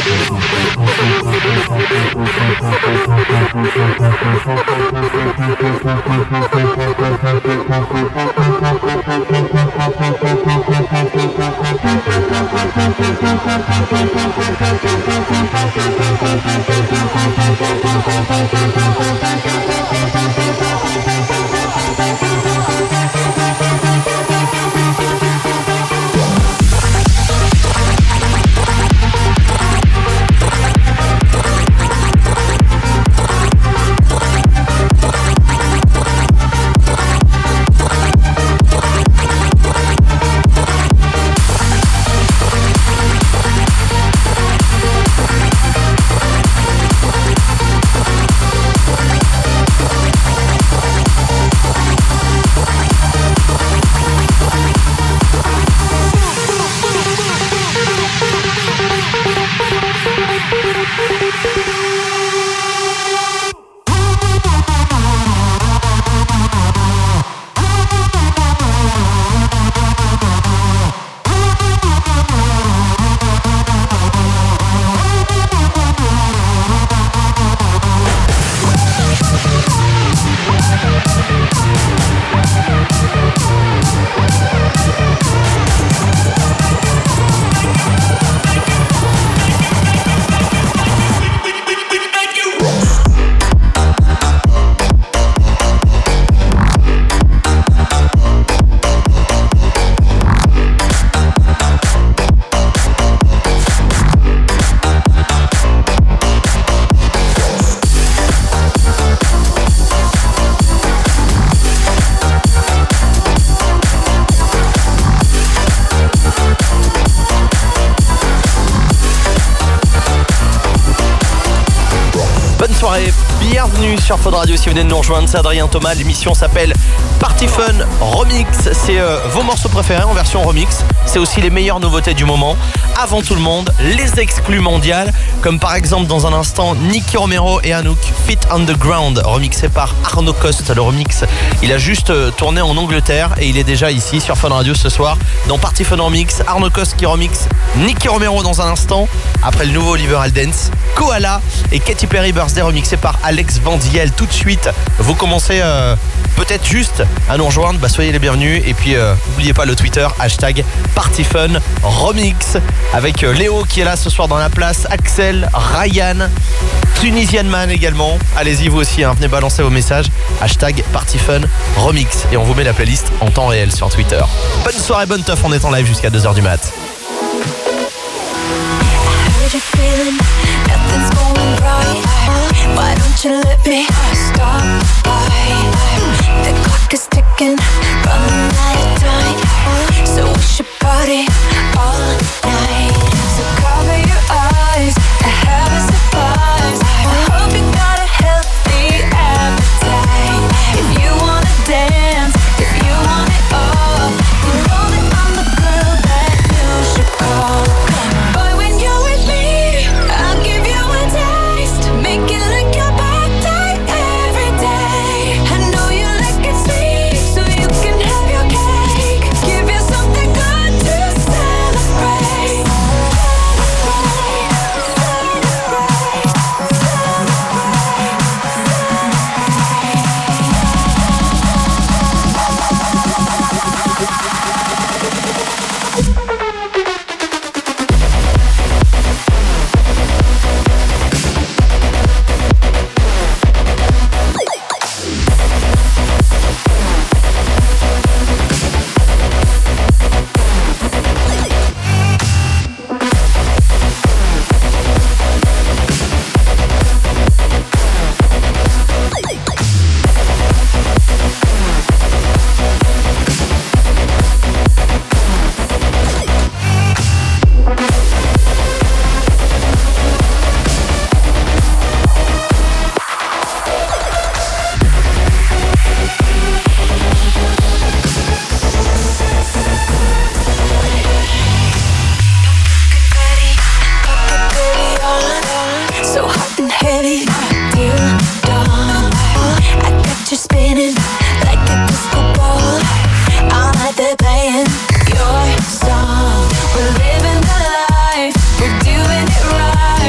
[SPEAKER 4] Bienvenue sur Fun Radio si vous venez de nous rejoindre, c'est Adrien Thomas, l'émission s'appelle Party Fun Remix, c'est vos morceaux préférés en version remix, c'est aussi les meilleures nouveautés du moment, avant tout le monde, les exclus mondiales, comme par exemple dans un instant Nicky Romero et Anouk, Fit Underground, remixé par Arno Cost, le remix, il a juste tourné en Angleterre et il est déjà ici sur Fun Radio ce soir, dans Party Fun Remix, Arno Cost qui remix Nicky Romero dans un instant, après le nouveau Oliver Heldens, Koala et Katy Perry Birthday remixé par Alex Vandiel. Tout de suite, vous commencez peut-être juste à nous rejoindre, soyez les bienvenus et puis n'oubliez pas le Twitter hashtag PartyFunRemix avec Léo qui est là ce soir dans la place, Axel, Ryan, Tunisian Man également, allez-y vous aussi, venez balancer vos messages hashtag PartyFunRemix et on vous met la playlist en temps réel sur Twitter. Bonne soirée, bonne teuf, on est en live jusqu'à 2h du mat.
[SPEAKER 9] Nothing's going right. Why don't you let me stop by? The clock is ticking, running out of time. So we should party all night. So cover your eyes, I have a surprise. I hope you got a healthy appetite. If you wanna dance, if you want it all, you know that I'm the girl that you should call. Boy, when you're with me, I'll give you a taste. Make it like your birthday every day. I know you like it sweet, so you can have your cake. Give you something good to celebrate. Your song, we're living the life, we're doing it right.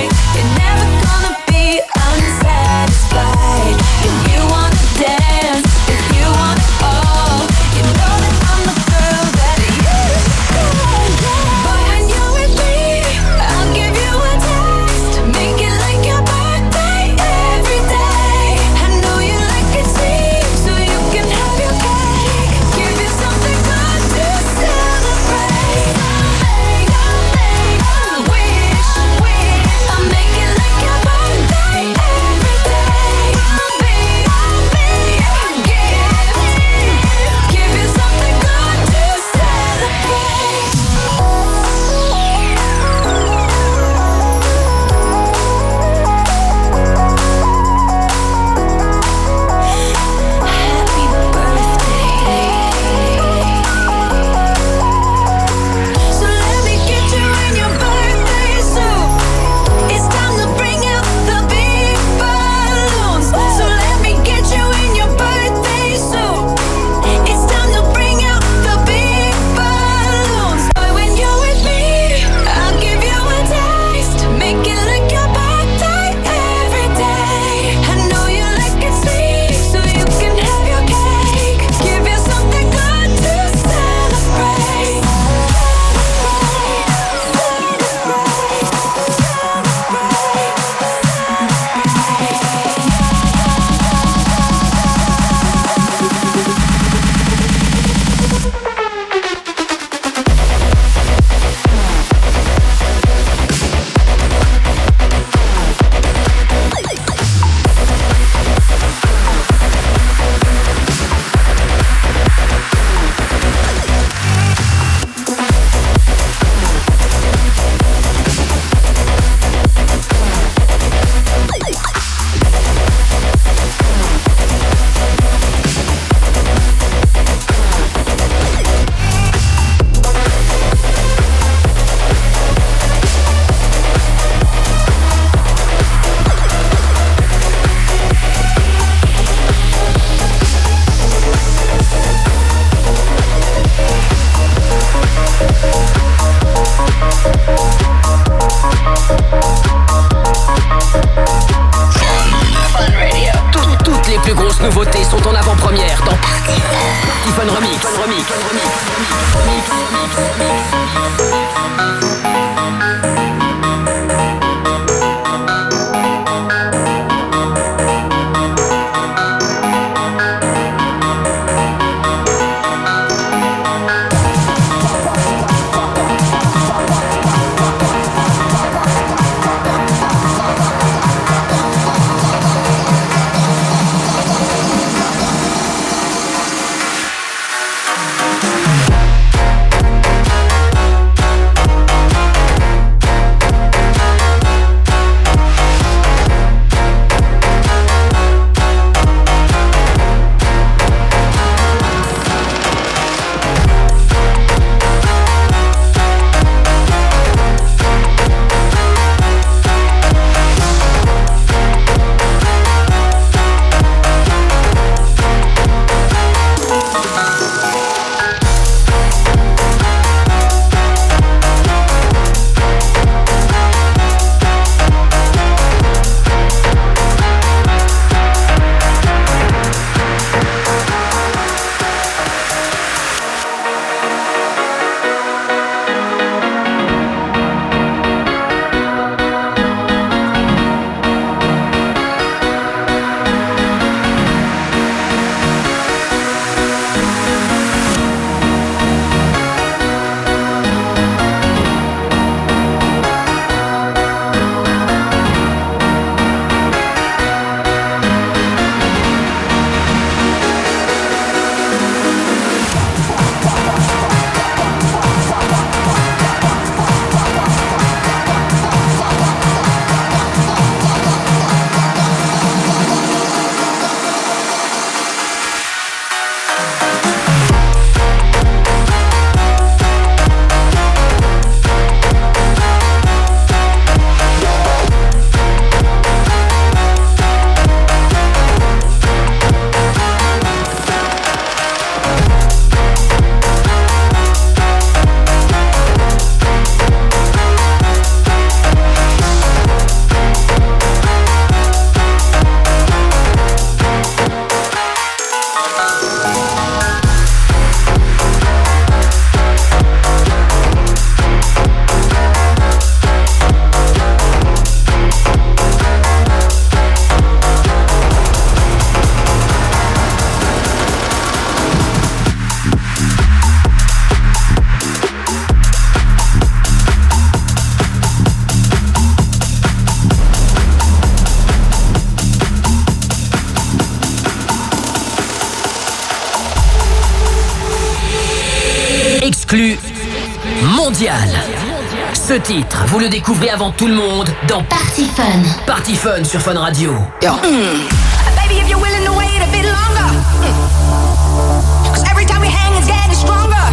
[SPEAKER 3] exclu mondial. Ce titre, vous le découvrez avant tout le monde dans
[SPEAKER 1] Party Fun.
[SPEAKER 3] Party Fun sur Fun Radio.
[SPEAKER 8] Baby, if you're willing to wait a bit longer, 'cause every time we hang it's getting stronger.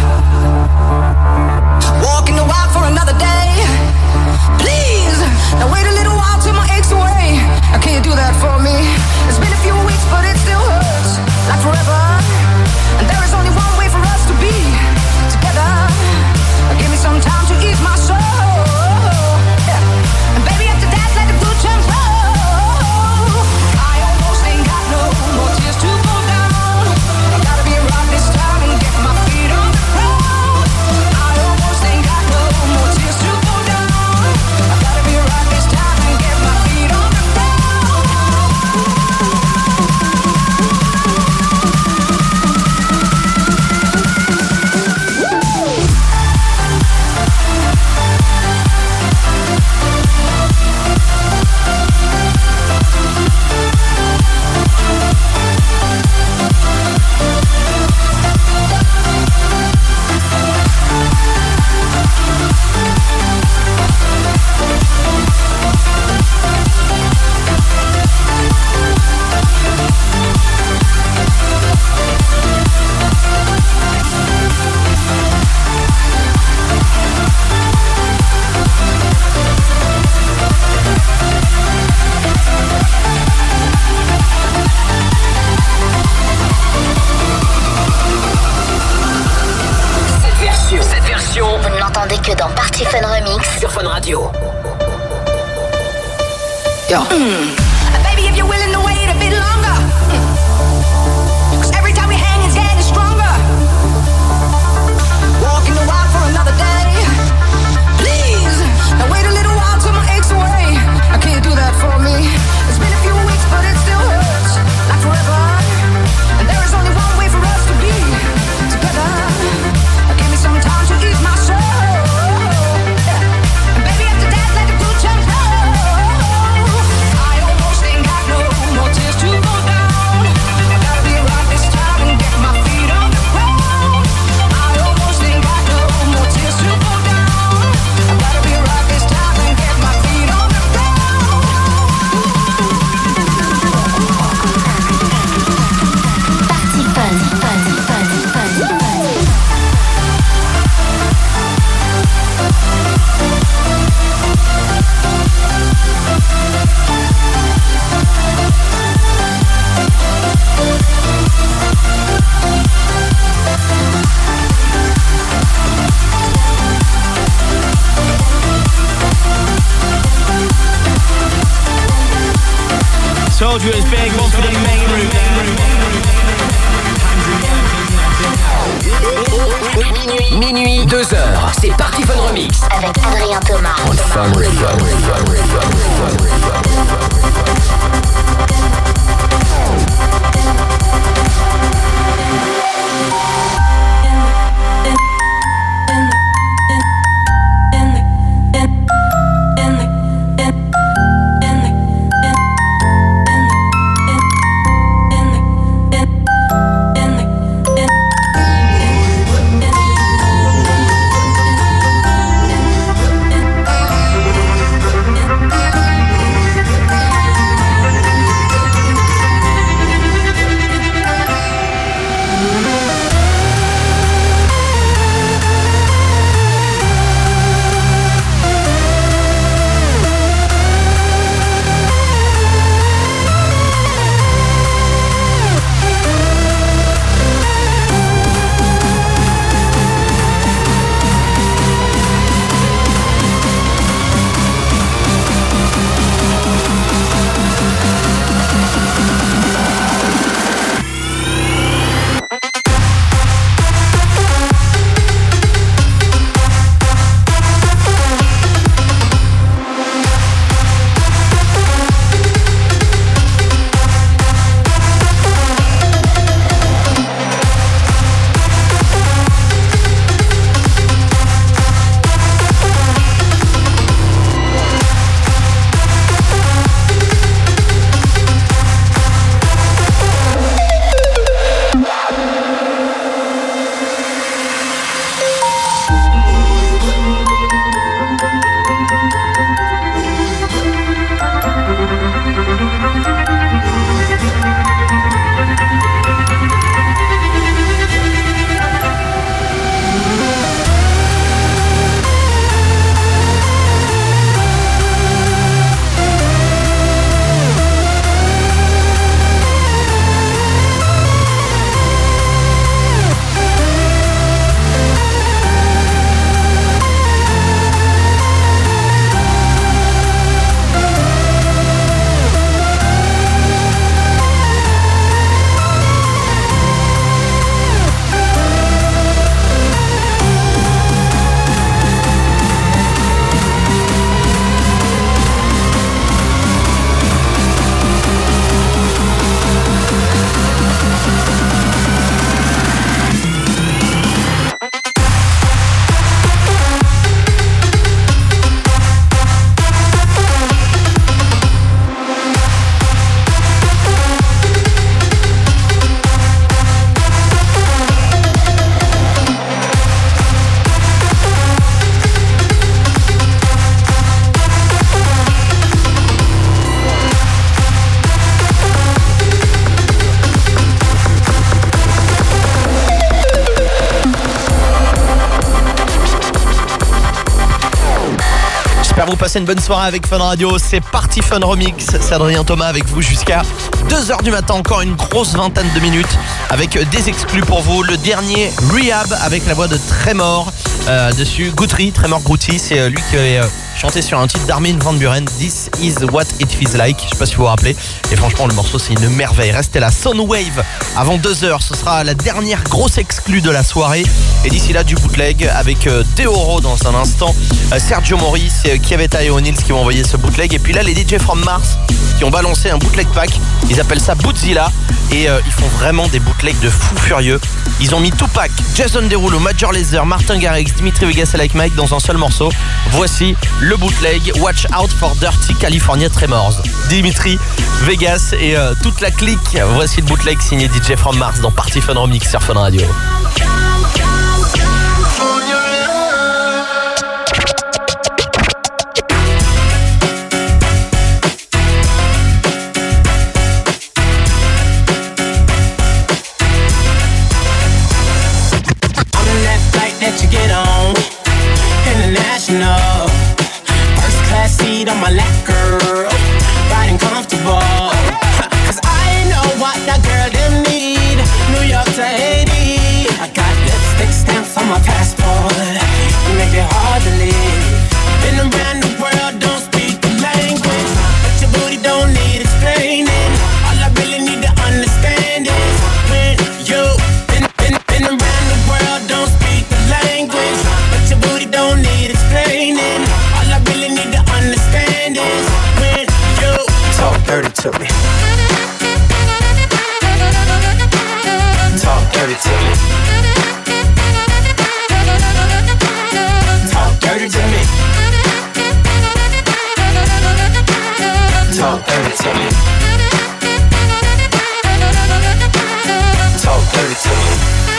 [SPEAKER 8] Walking the wild for another day. Please, now wait a little while till my aches away. Can you do that for me? It's been a few weeks but it still hurts like forever. And there is only one way for us to be together. Give me some time to ease my soul. And baby, after that, let the blue turn roll. I almost ain't got no more tears to fall down. I gotta be right this time and get my feet on the ground. I almost ain't got no more tears to fall down. I gotta be right this time and get my feet on the ground.
[SPEAKER 3] Cette version,
[SPEAKER 1] Vous ne l'entendez que dans Party Fun Remix.
[SPEAKER 3] sur Fun Radio.
[SPEAKER 8] Baby, if you're willing to wait a bit longer, 'cause every time we hang it's getting stronger. Walking the wild for another day. Please, now wait a little while till my aches away. Can you do that for me? It's been a few weeks but it still hurts like forever. And there is only one way for us to be together. Give me some time to ease my soul. And baby, after that, let the blue turn roll. I almost ain't got no more tears to fall down. I gotta be right this time and get my feet on the ground. I almost ain't got no more tears to fall down. I gotta be right this time and get my feet on the ground.
[SPEAKER 1] Party Fun, fun, fun, fun, fun.
[SPEAKER 4] Soldiers big one for the main route.
[SPEAKER 3] Minuit, 2h, c'est Party Fun Remix.
[SPEAKER 1] Avec Adrien Thomas.
[SPEAKER 3] On Fun Radio.
[SPEAKER 4] passez une bonne soirée avec Fun Radio. C'est Party Fun Remix. C'est Adrien Thomas avec vous jusqu'à 2h du matin. Encore une grosse vingtaine de minutes avec des exclus pour vous. Le dernier Rehab avec la voix de Tremor dessus. Guthrie, Tremor Guthrie, c'est lui qui avait chanté sur un titre d'Armin van Buuren. This is what it feels like. Je sais pas si vous vous rappelez. Et franchement, le morceau, c'est une merveille. Restez là. Soundwave avant 2h. Ce sera la dernière grosse exclue de la soirée. Et d'ici là, du bootleg avec Deoro dans un instant. Sergio Morris, Chiavetta et O'Neills qui vont envoyer ce bootleg. Et puis là, les DJ from Mars qui ont balancé un bootleg pack. Ils appellent ça Bootzilla. Et ils font vraiment des bootlegs de fous furieux. Ils ont mis Tupac, Jason Derulo, Major Lazer, Martin Garrix, Dimitri Vegas et Like Mike dans un seul morceau. Voici le bootleg Watch Out for Dirty California Tremors. Dimitri Vegas et toute la clique. Voici le bootleg signé DJ from Mars dans Party Fun Remix sur Fun Radio.
[SPEAKER 5] First class seat on my lap, girl, riding comfortable. Cause I know what that girl them need. New York to Haiti, I got lipstick stamps on my passport. You make it hard to leave. Been around the world, don't speak the language, but your booty don't need explaining. All I really need to understand is when you've been around the world, don't speak the language, but your booty don't need explaining. All I really need to understand is when you talk dirty to me. Talk dirty to me. Talk dirty to me. Talk dirty to me. Talk dirty to me.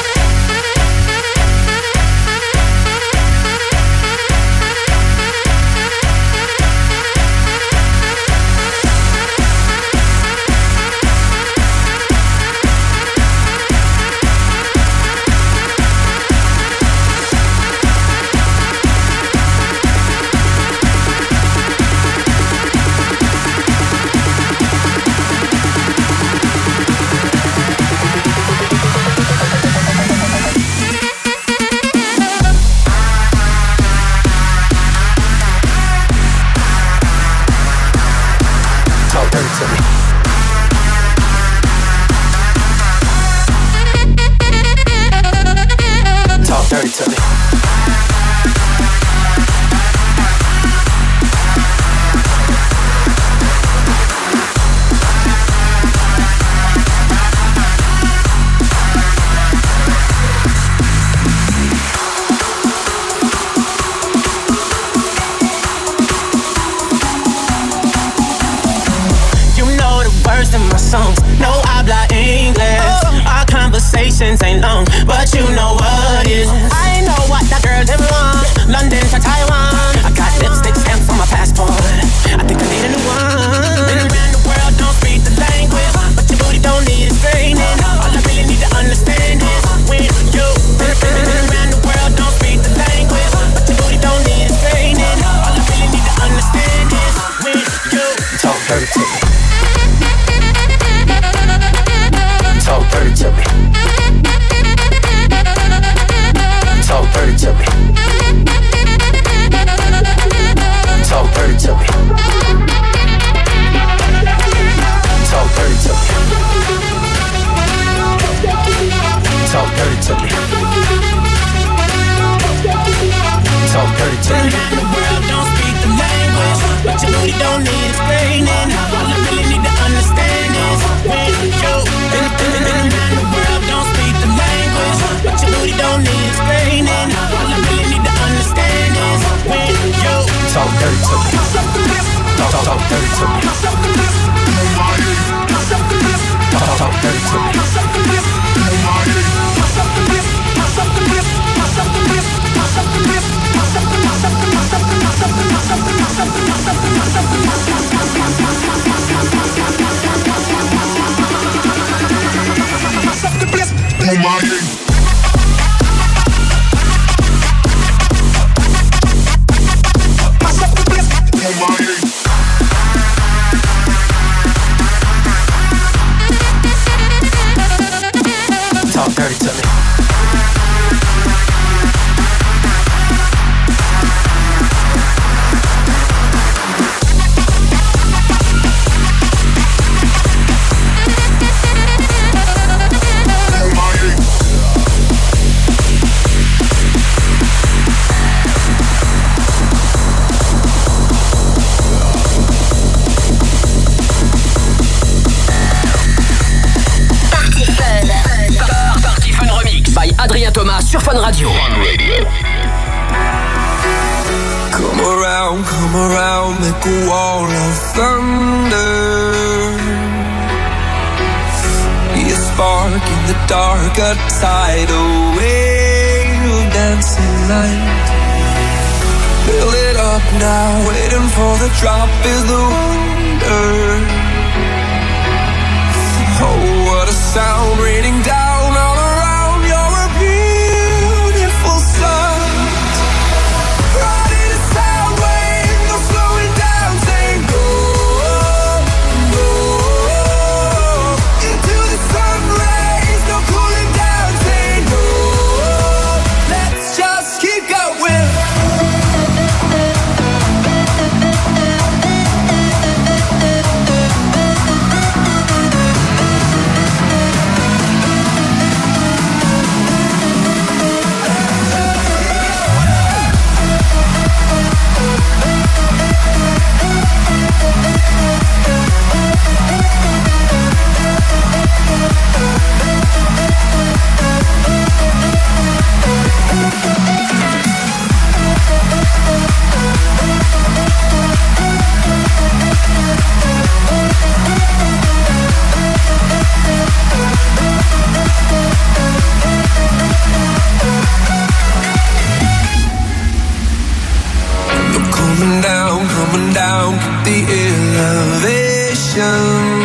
[SPEAKER 5] Ain't long, but you know what is. I know what that girl them want. London to Taiwan. I got lipstick stamps on my passport. I think I need a new one. Been around the world, don't speak the language, but your booty don't need explaining. All I really need to understand is when you been around the world, don't speak the language, but your booty don't need explaining. All I really need to understand is when you talk dirty to me. Talk dirty to me. Talk dirty to me. Talk dirty to me. Talk dirty to me. Talk dirty to me. Talk dirty to me. The world don't speak the language, but your booty don't need explaining. All I really need to understand is when you been around the world, don't speak the language, but your booty don't need explaining. All I really need to understand is when you talk dirty to me. Talk dirty to me. Talk dirty to me.
[SPEAKER 3] sur Fun Radio.
[SPEAKER 5] Come around, make a wall of thunder. Be a spark in the dark, a tidal wave of dancing light. Build it up now, waiting for the drop is the wonder. Oh, what a sound raining down all around. You're a beautiful sight. Riding a sound wave, no slowing down, saying go, go. Into the sun rays, no cooling down, saying go. Let's just keep going. Coming down, keep the elevation.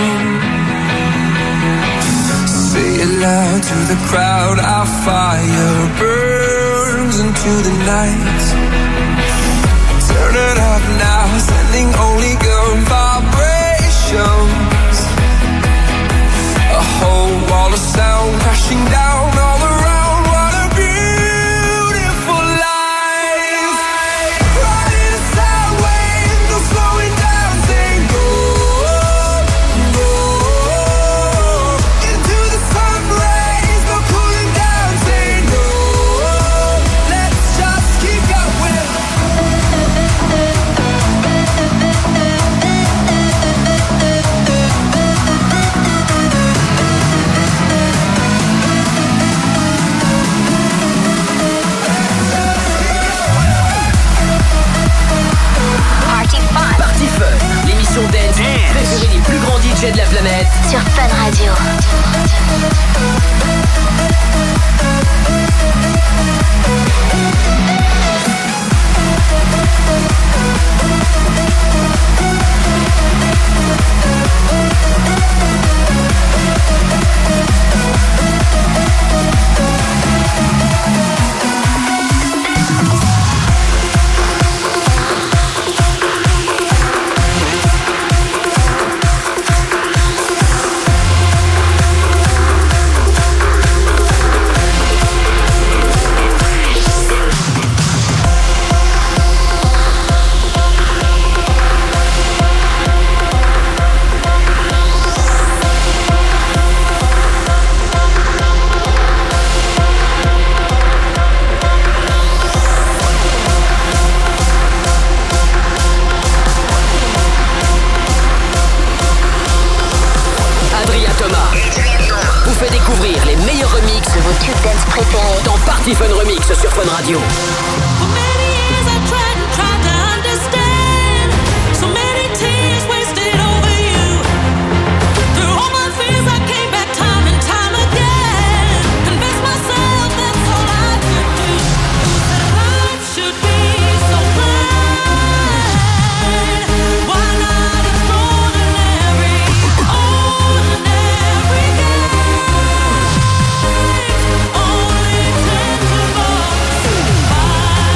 [SPEAKER 5] Say it loud to the crowd, our fire burns into the night. Turn it up now, sending only good vibrations. A whole wall of sound crashing down all around. What a beautiful life. Riding a sound wave, no slowing down, saying go, go. Into the sun rays, no cooling down, saying go. Let's just keep going.
[SPEAKER 3] Party Fun, l'émission dance préférée des plus grands DJ de la planète
[SPEAKER 1] Sur Fun Radio.
[SPEAKER 3] dans Party Fun Remix sur Fun Radio.
[SPEAKER 10] Bye.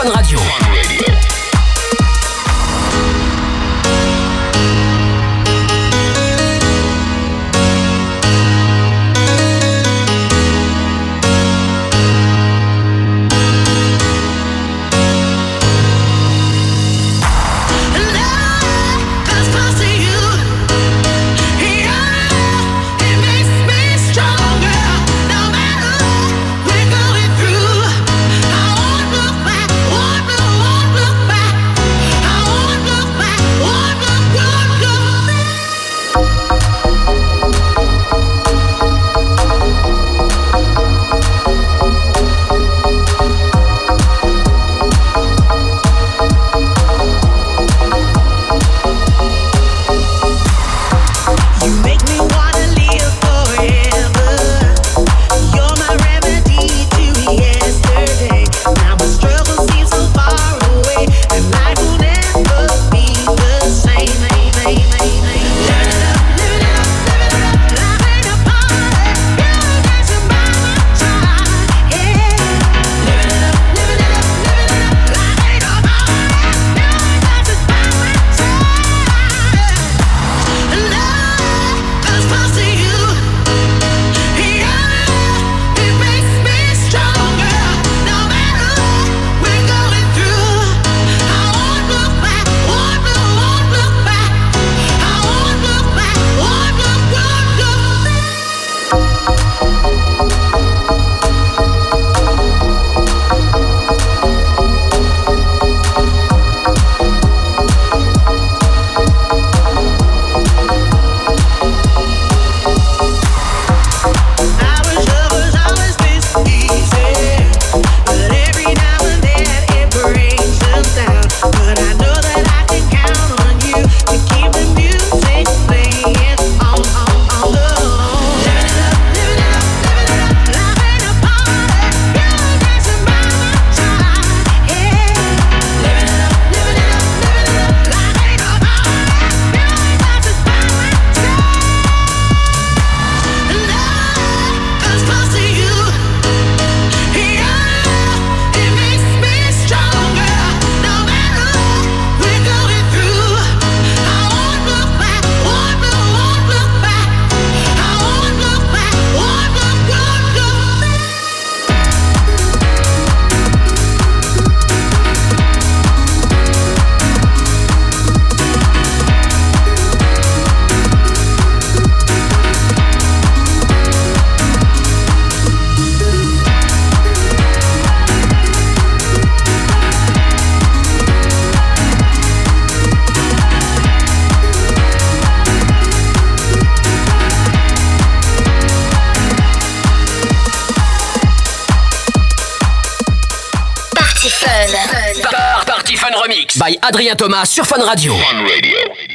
[SPEAKER 3] Fun Radio. Party Fun Remix by Adrien Thomas sur Fun Radio.
[SPEAKER 2] Fun Radio.